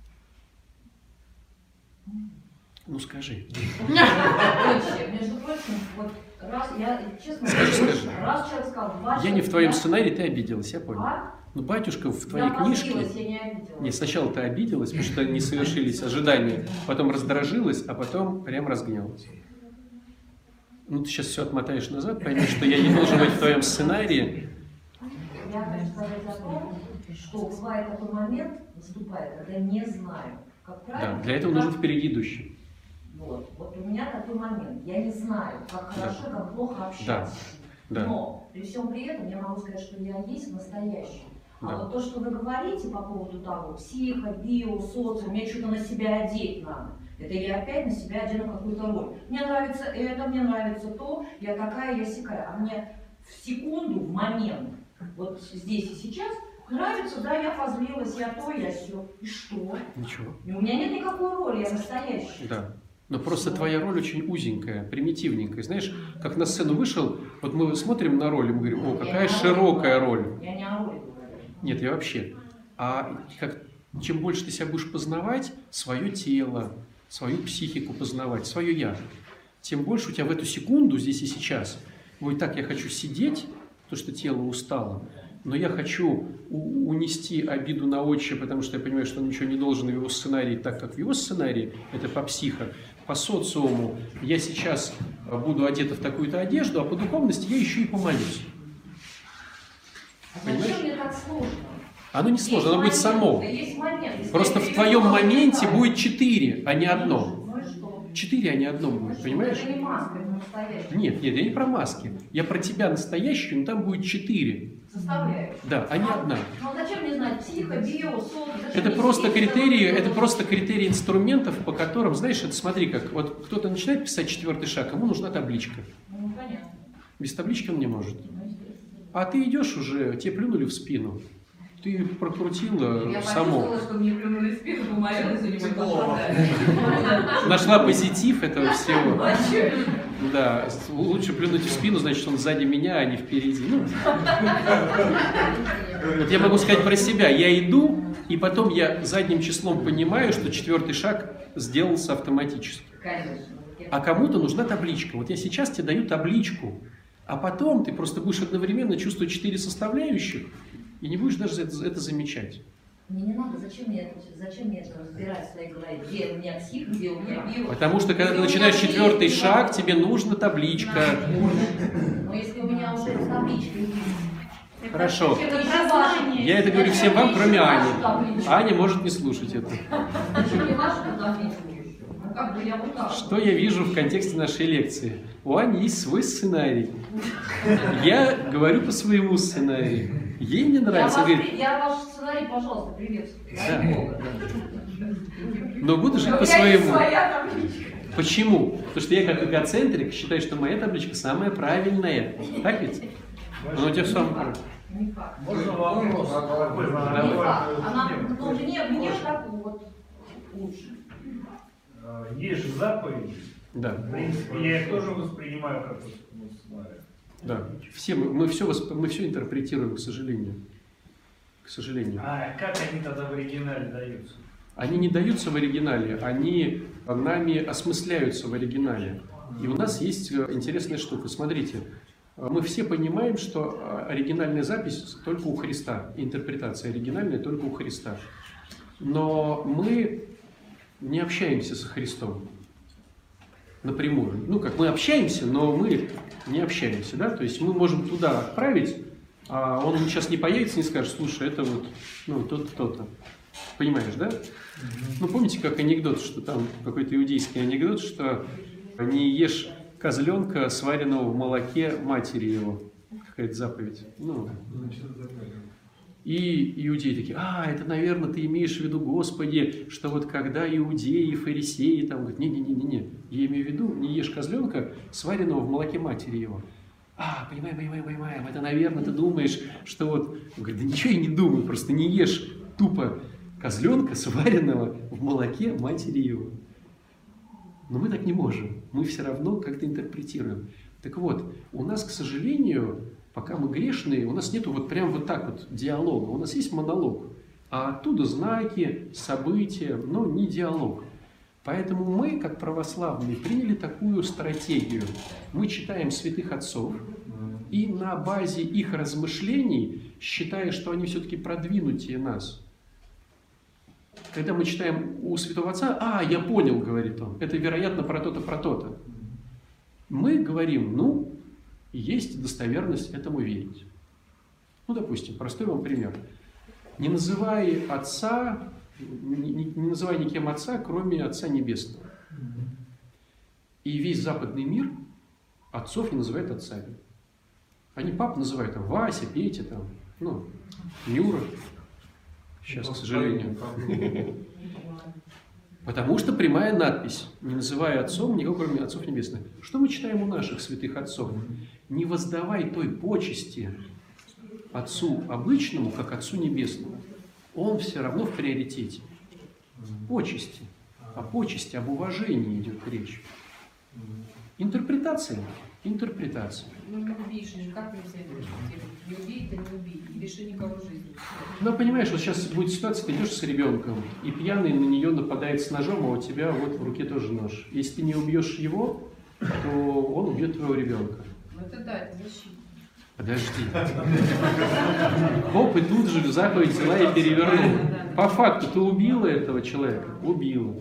Ну скажи. Между прочим, вот раз я честно Скажи. раз человек сказал, Я не в твоем сценарии, ты обиделась, я понял. А? Ну, батюшка в твоей Я книжке... позлилась, я не обиделась. Нет, сначала ты обиделась, потому что не совершились ожидания, потом раздражилась, а потом прям разгневалась. Ну, ты сейчас все отмотаешь назад, поймешь, что я не должен быть в твоем сценарии. Я хочу сказать о том, что бывает такой момент, наступает, когда не знаю, как правильно. Да, для этого нужен впереди идущий. Вот у меня такой момент. Я не знаю, как хорошо, как плохо общаться. Да. Но при всем при этом я могу сказать, что я есть настоящий. А Да. вот то, что вы говорите по поводу того, психо, био, социум, мне что-то на себя одеть надо. Это я опять на себя одену какую-то роль. Мне нравится это, мне нравится то, я такая, я сякая. А мне в секунду, в момент, вот здесь и сейчас, нравится, да, я позлилась, я то, я сё. И что? Ничего. И у меня нет никакой роли, я настоящая. Да. Но просто твоя роль очень узенькая, примитивненькая. Знаешь, как на сцену вышел, вот мы смотрим на роль и мы говорим, о, какая широкая роль. Я не о роли говорю. Нет, я вообще. Чем больше ты себя будешь познавать, свое тело, свою психику познавать, свое я, тем больше у тебя в эту секунду, здесь и сейчас, будет так, я хочу сидеть, потому что тело устало, но я хочу унести обиду на отче, потому что я понимаю, что он ничего не должен в его сценарии, так как в его сценарии, это по психо, по социуму, я сейчас буду одета в такую-то одежду, а по духовности я еще и помолюсь. А зачем мне так сложно? Оно не сложно, оно будет само. Есть момент. Просто в твоем моменте будет 4, а не одно. Ну и что? 4, а не одно будет, понимаешь? Это не маска, это настоящая. Нет, я не про маски. Я про тебя настоящую, но там будет 4. Составляю. Да, а не одна. Ну зачем мне знать психо, био, социум? Это просто критерии инструментов, по которым, знаешь, это смотри, как вот кто-то начинает писать 4-й шаг, ему нужна табличка. Ну понятно. Без таблички он не может. А ты идешь уже, тебе плюнули в спину. Ты прокрутила Я само. почувствовала, что мне плюнули в спину, помолилась, у него Нашла позитив этого всего. Да, лучше плюнуть в спину, значит, он сзади меня, а не впереди. Ну, вот я могу сказать про себя. Я иду, и потом я задним числом понимаю, что 4-й шаг сделался автоматически. А кому-то нужна табличка. Вот я сейчас тебе даю табличку, а потом ты просто будешь одновременно чувствовать 4 составляющих, и не будешь даже это замечать. Мне не надо, зачем мне это разбирать в своей голове, где у меня псих, где у меня био. Потому что когда ты начинаешь 4-й шаг, тебе нужна табличка. Но если у меня уже табличка есть. Хорошо. Я это говорю всем вам, кроме Ани. Аня может не слушать это. Зачем мне вашу табличку? Ну как бы я вот так. Что я вижу в контексте нашей лекции? У Ани есть свой сценарий. Я говорю по своему сценарию. Ей не нравится. Я ваш сценарий, пожалуйста, приветствую. Да. Но буду жить по своему. Почему? Потому что я как эгоцентрик считаю, что моя табличка самая правильная. Так ведь? Она у тебя самая. Можно вопрос? Она, мне так вот лучше. Есть же заповеди. Да. В принципе, я их тоже воспринимаю как сценарий. Да. Мы все интерпретируем, к сожалению. К сожалению. А как они тогда в оригинале даются? Они не даются в оригинале, они нами осмысляются в оригинале. И у нас есть интересная штука. Смотрите, мы все понимаем, что оригинальная запись только у Христа, интерпретация оригинальная только у Христа. Но мы не общаемся со Христом напрямую. Ну, как мы общаемся, но мы не общаемся, да? То есть мы можем туда отправить, а он сейчас не появится и не скажет, слушай, это вот, ну, то-то. Понимаешь, да? Ну, помните, как анекдот, что там какой-то иудейский анекдот, что не ешь козленка, сваренного в молоке матери его. Какая-то заповедь. Ну, и иудеи такие, это, наверное, ты имеешь в виду, Господи, что вот когда иудеи, фарисеи, там, говорят, не, я имею в виду, не ешь козленка, сваренного в молоке матери его. Понимаем, это, наверное, ты думаешь, что вот, он говорит, да ничего я не думаю, просто не ешь тупо козленка, сваренного в молоке матери его. Но мы так не можем, мы все равно как-то интерпретируем. Так вот, у нас, к сожалению, пока мы грешные, у нас нету вот прям вот так вот диалога, у нас есть монолог, а оттуда знаки, события, но не диалог. Поэтому мы, как православные, приняли такую стратегию. Мы читаем святых отцов, и на базе их размышлений, считая, что они все-таки продвинутее нас, когда мы читаем у святого отца, я понял, говорит он, это, вероятно, про то-то. Мы говорим, есть достоверность этому верить. Ну, допустим, простой вам пример. Не называй отца, не называй никем отца, кроме Отца Небесного. И весь западный мир отцов не называет отцами. Они пап называют там Вася, Петя, там, ну, Юра. Сейчас, к сожалению. Потому что прямая надпись, не называя отцом никого, кроме отцов небесных. Что мы читаем у наших святых отцов? Не воздавай той почести отцу обычному, как отцу небесному. Он все равно в приоритете. Почести. О почести, об уважении идет речь. Интерпретация. Интерпретация. Ну, не убийшь, как нельзя не убей, ты не убей, не лиши никого жизни. Ну, понимаешь, вот сейчас будет ситуация, ты идешь с ребенком, и пьяный на нее нападает с ножом, а у тебя вот в руке тоже нож. Если ты не убьешь его, то он убьет твоего ребенка. Ну, это да, это защита. Подожди. Хоп, и тут же заповедь взяла и перевернула. По факту, ты убила этого человека? Убила.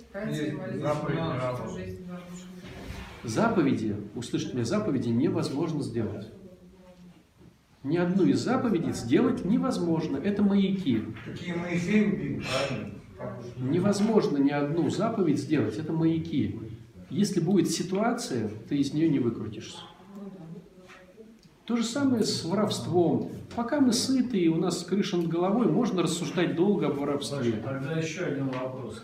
Заповеди, услышите меня, заповеди невозможно сделать. Ни одну из заповедей сделать невозможно. Это маяки. Такие Моисей убили, правильно? Невозможно ни одну заповедь сделать. Это маяки. Если будет ситуация, ты из нее не выкрутишься. То же самое с воровством. Пока мы сыты и у нас крыша над головой, можно рассуждать долго об воровстве. Тогда еще один вопрос.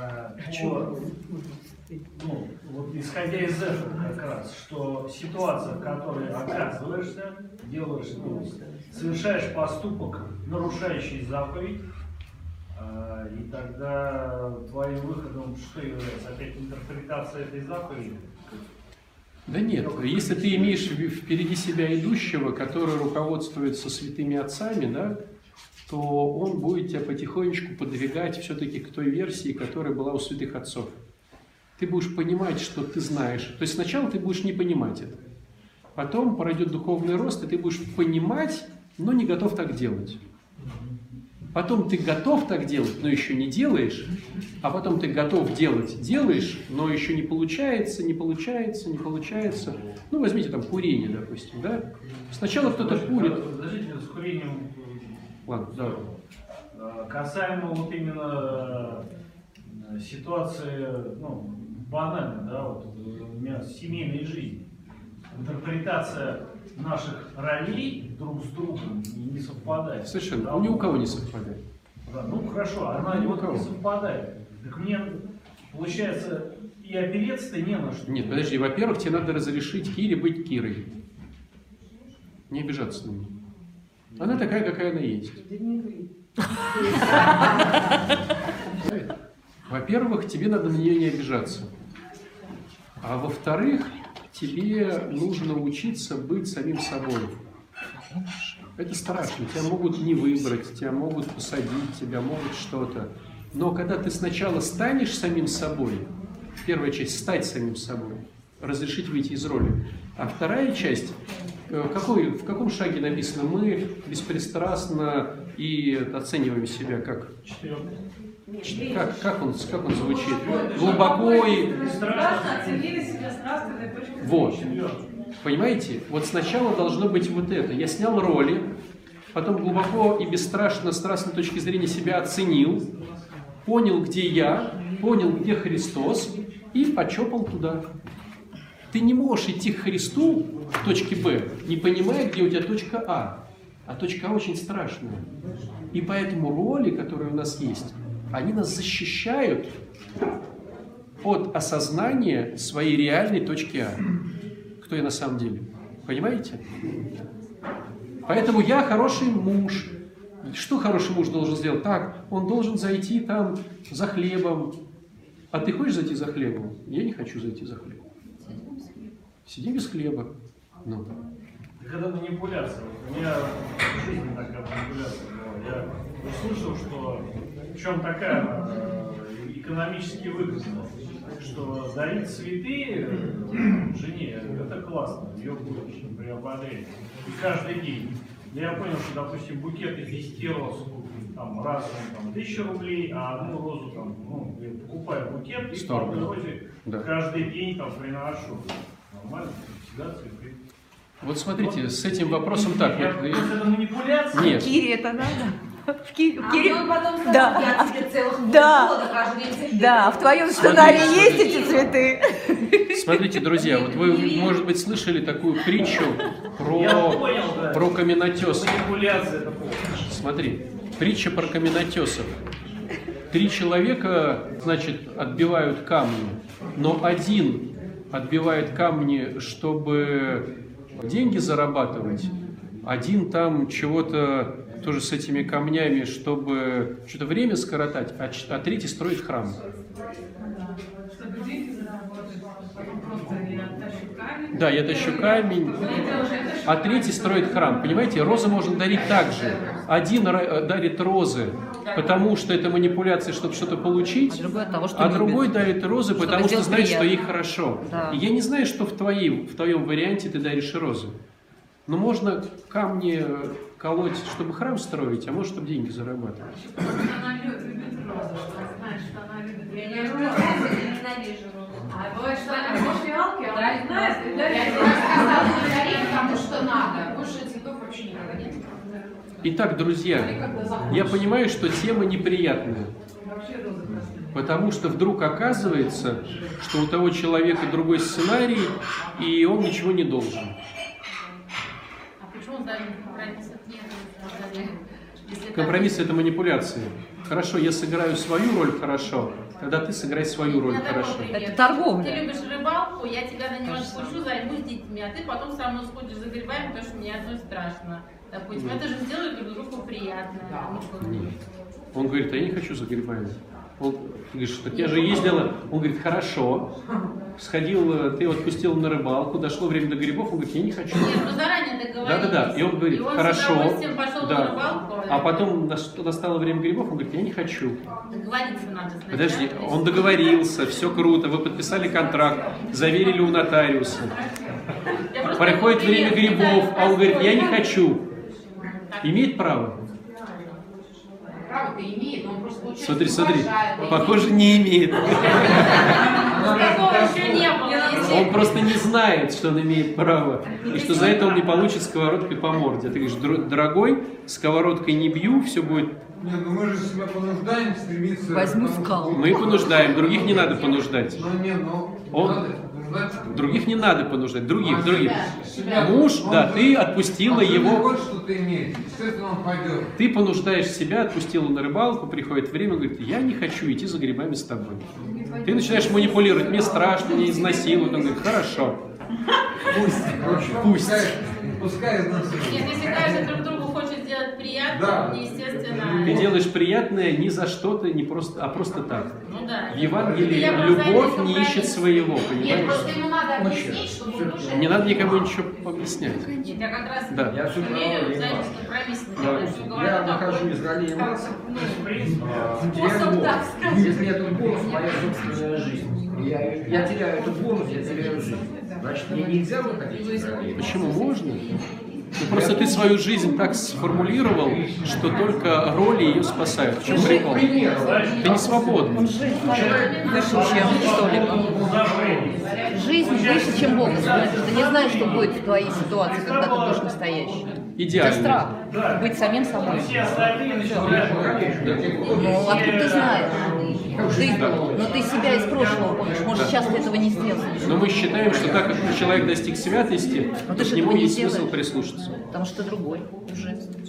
Ну, вот исходя из этого как раз, что ситуация, в которой оказываешься, делаешь, ну, совершаешь поступок, нарушающий заповедь, и тогда твоим выходом что является? Опять интерпретация этой заповеди? Да нет, если ты имеешь впереди себя идущего, который руководствуется святыми отцами, да, то он будет тебя потихонечку подвигать все-таки к той версии, которая была у святых отцов. Ты будешь понимать, что ты знаешь. То есть сначала ты будешь не понимать это. Потом пройдет духовный рост, и ты будешь понимать, но не готов так делать. Потом ты готов так делать, но еще не делаешь. А потом ты готов делать, делаешь, но еще не получается, не получается, не получается. Ну, возьмите там курение, допустим, да? Сначала кто-то курит. Подождите, с курением. Ладно, да. Касаемо вот именно ситуации, ну, банально, да, вот у меня семейной жизни. Интерпретация наших ролей друг с другом не совпадает. Совершенно. Да, Ни у кого не совпадает. Да, ну хорошо, она Ни у вот кого. не совпадает. Так мне, получается, и опереться-то не на что. Нет, подожди, во-первых, тебе надо разрешить Кире быть Кирой. Не обижаться на нее. Она такая, какая она есть. Во-первых, тебе надо на нее не обижаться. А во-вторых, тебе нужно учиться быть самим собой. Это страшно. Тебя могут не выбрать, тебя могут посадить, тебя могут что-то. Но когда ты сначала станешь самим собой, первая часть – стать самим собой, разрешить выйти из роли. А вторая часть – в каком шаге написано? Мы беспристрастно и оцениваем себя как? Как он звучит? Глубоко и... Вот. Понимаете? Вот сначала должно быть вот это. Я снял роли, потом глубоко и бесстрашно, с страстной точки зрения себя оценил, понял, где я, понял, где Христос, и почопал туда. Ты не можешь идти к Христу в точке Б, не понимая, где у тебя точка А. А точка А очень страшная. И поэтому роли, которые у нас есть, они нас защищают от осознания своей реальной точки А. Кто я на самом деле. Понимаете? Поэтому я хороший муж. Что хороший муж должен сделать? Так, он должен зайти там за хлебом. А ты хочешь зайти за хлебом? Я не хочу зайти за хлебом. Сидим без хлеба. Ну. Так это манипуляция. У меня в жизни такая манипуляция была. Я услышал, что в чем такая экономически выгодна, что дарить цветы жене, это классно, ее будешь приободрять. И каждый день. Я понял, что, допустим, букет из 10 роз там, раз там, 1000 рублей, а одну розу там, ну, я покупаю букет и по одной розе каждый день там приношу. Нормально, всегда цветы. Вот смотрите, с этим вопросом так. Это манипуляция? Нет. Кире это надо? он потом сказал, Да. я тебе целых Да. полгода каждый день цветы. Да, в твоем сценарии есть эти цветы? Смотрите, друзья, вот вы, может быть, слышали такую притчу про каменотесов. Манипуляция это полная. Смотри, притча про каменотесов. 3 человека, значит, отбивают камни, но один отбивает камни, чтобы деньги зарабатывать, один там чего-то тоже с этими камнями, чтобы что-то время скоротать, а третий строит храм. Да, я тащу камень, а третий строит храм. Понимаете, розы можно дарить так же. Один дарит розы, потому что это манипуляция, чтобы что-то получить, а другой дарит розы, потому что знает, что ей хорошо. Да. И я не знаю, что в твоем варианте ты даришь розы. Но можно камни колоть, чтобы храм строить, а может, чтобы деньги зарабатывать. Она любит розы, знаешь, что она любит. Я не люблю розы, я ненавижу розы. А бывает, что она может фиалки, а она не знает, и Я дарит. тебе рассказала, не дари, потому что надо. Больше цветов вообще никогда нет. Итак, друзья, я понимаю, что тема неприятная. Потому что вдруг оказывается, что у того человека другой сценарий, и он ничего не должен. А почему здание компромисса нет? Компромисс – это манипуляция. Хорошо, я сыграю свою роль хорошо, тогда ты сыграй свою роль хорошо. Это торговля. Ты любишь рыбалку, я тебя на него спущу, займусь детьми, а ты потом со мной сходишь за грибами, потому что мне одной страшно. Допустим, это же сделает друг другу приятно. Нет. Он говорит, а я не хочу за грибами. Он говорит, что я же ездила. Он говорит, хорошо. Сходил, ты его отпустил на рыбалку, дошло время до грибов, он говорит, я не хочу. Нет, мы заранее договорились. Да. И он говорит, хорошо. с удовольствием пошел на Да. рыбалку. А потом настало время грибов, он говорит, я не хочу. Договориться надо сначала. Подожди, он договорился, все круто, вы подписали контракт, заверили у нотариуса. Приходит время грибов, а он говорит, я не хочу. Имеет право? Право-то имеет, но он просто получается Смотри, уважает. похоже, не имеет. Такого еще не было. Он просто не знает, что он имеет право, и что за это он не получит сковородкой по морде. А ты говоришь, дорогой, сковородкой не бью, все будет... Нет, ну мы же себя понуждаем стремиться... Возьму к тому, скалу. Мы понуждаем, других не надо понуждать. Ну нет, ну надо понуждать. Других не надо понуждать, других. Себя. Муж, Он да, же- ты отпустила он же его... не хочет что-то иметь, естественно, он пойдет. Ты понуждаешь себя, отпустила на рыбалку, приходит время, говорит, я не хочу идти за грибами с тобой. Ты начинаешь манипулировать, мне страшно, меня изнасилуют. Он говорит, хорошо. Пусть. Пускай из нас. Нет, если каждый друг другу хочет сделать приятно, Да. естественно. Ты делаешь приятное не за что-то, не просто, а просто так. Ну да. В Евангелии Это я любовь про не взаимный ищет компромисс. своего, Нет, понимаешь? просто ему надо объяснить, чтобы он тоже... Не надо никому ничего объяснять. Нет, я как раз Да. Я все умею равно взаимный не компромисс. Я выхожу из ролей массы, теряю Способ так бонус. сказать. Если этот бонус моя собственная жизнь, я теряю этот бонус, я теряю жизнь. Значит, мне нельзя выходить из ролей. Почему можно? Ну, просто ты свою жизнь так сформулировал, что только роли ее спасают. В чем прикол? Ты не свободный. Человек выше, чем что-либо. Жизнь выше, чем бонус. Ты не знаешь, что будет в твоей ситуации, когда ты будешь настоящий. Идеально. Это страх. Быть самим собой. Все остальные начинают. Ну, откуда ты знаешь? Но ты себя из прошлого помнишь. Может, сейчас ты этого не сделал. Но мы считаем, что так как человек достиг святости, Но то ты к же нему этого не есть смысл делаешь. прислушаться. Потому что ты другой уже.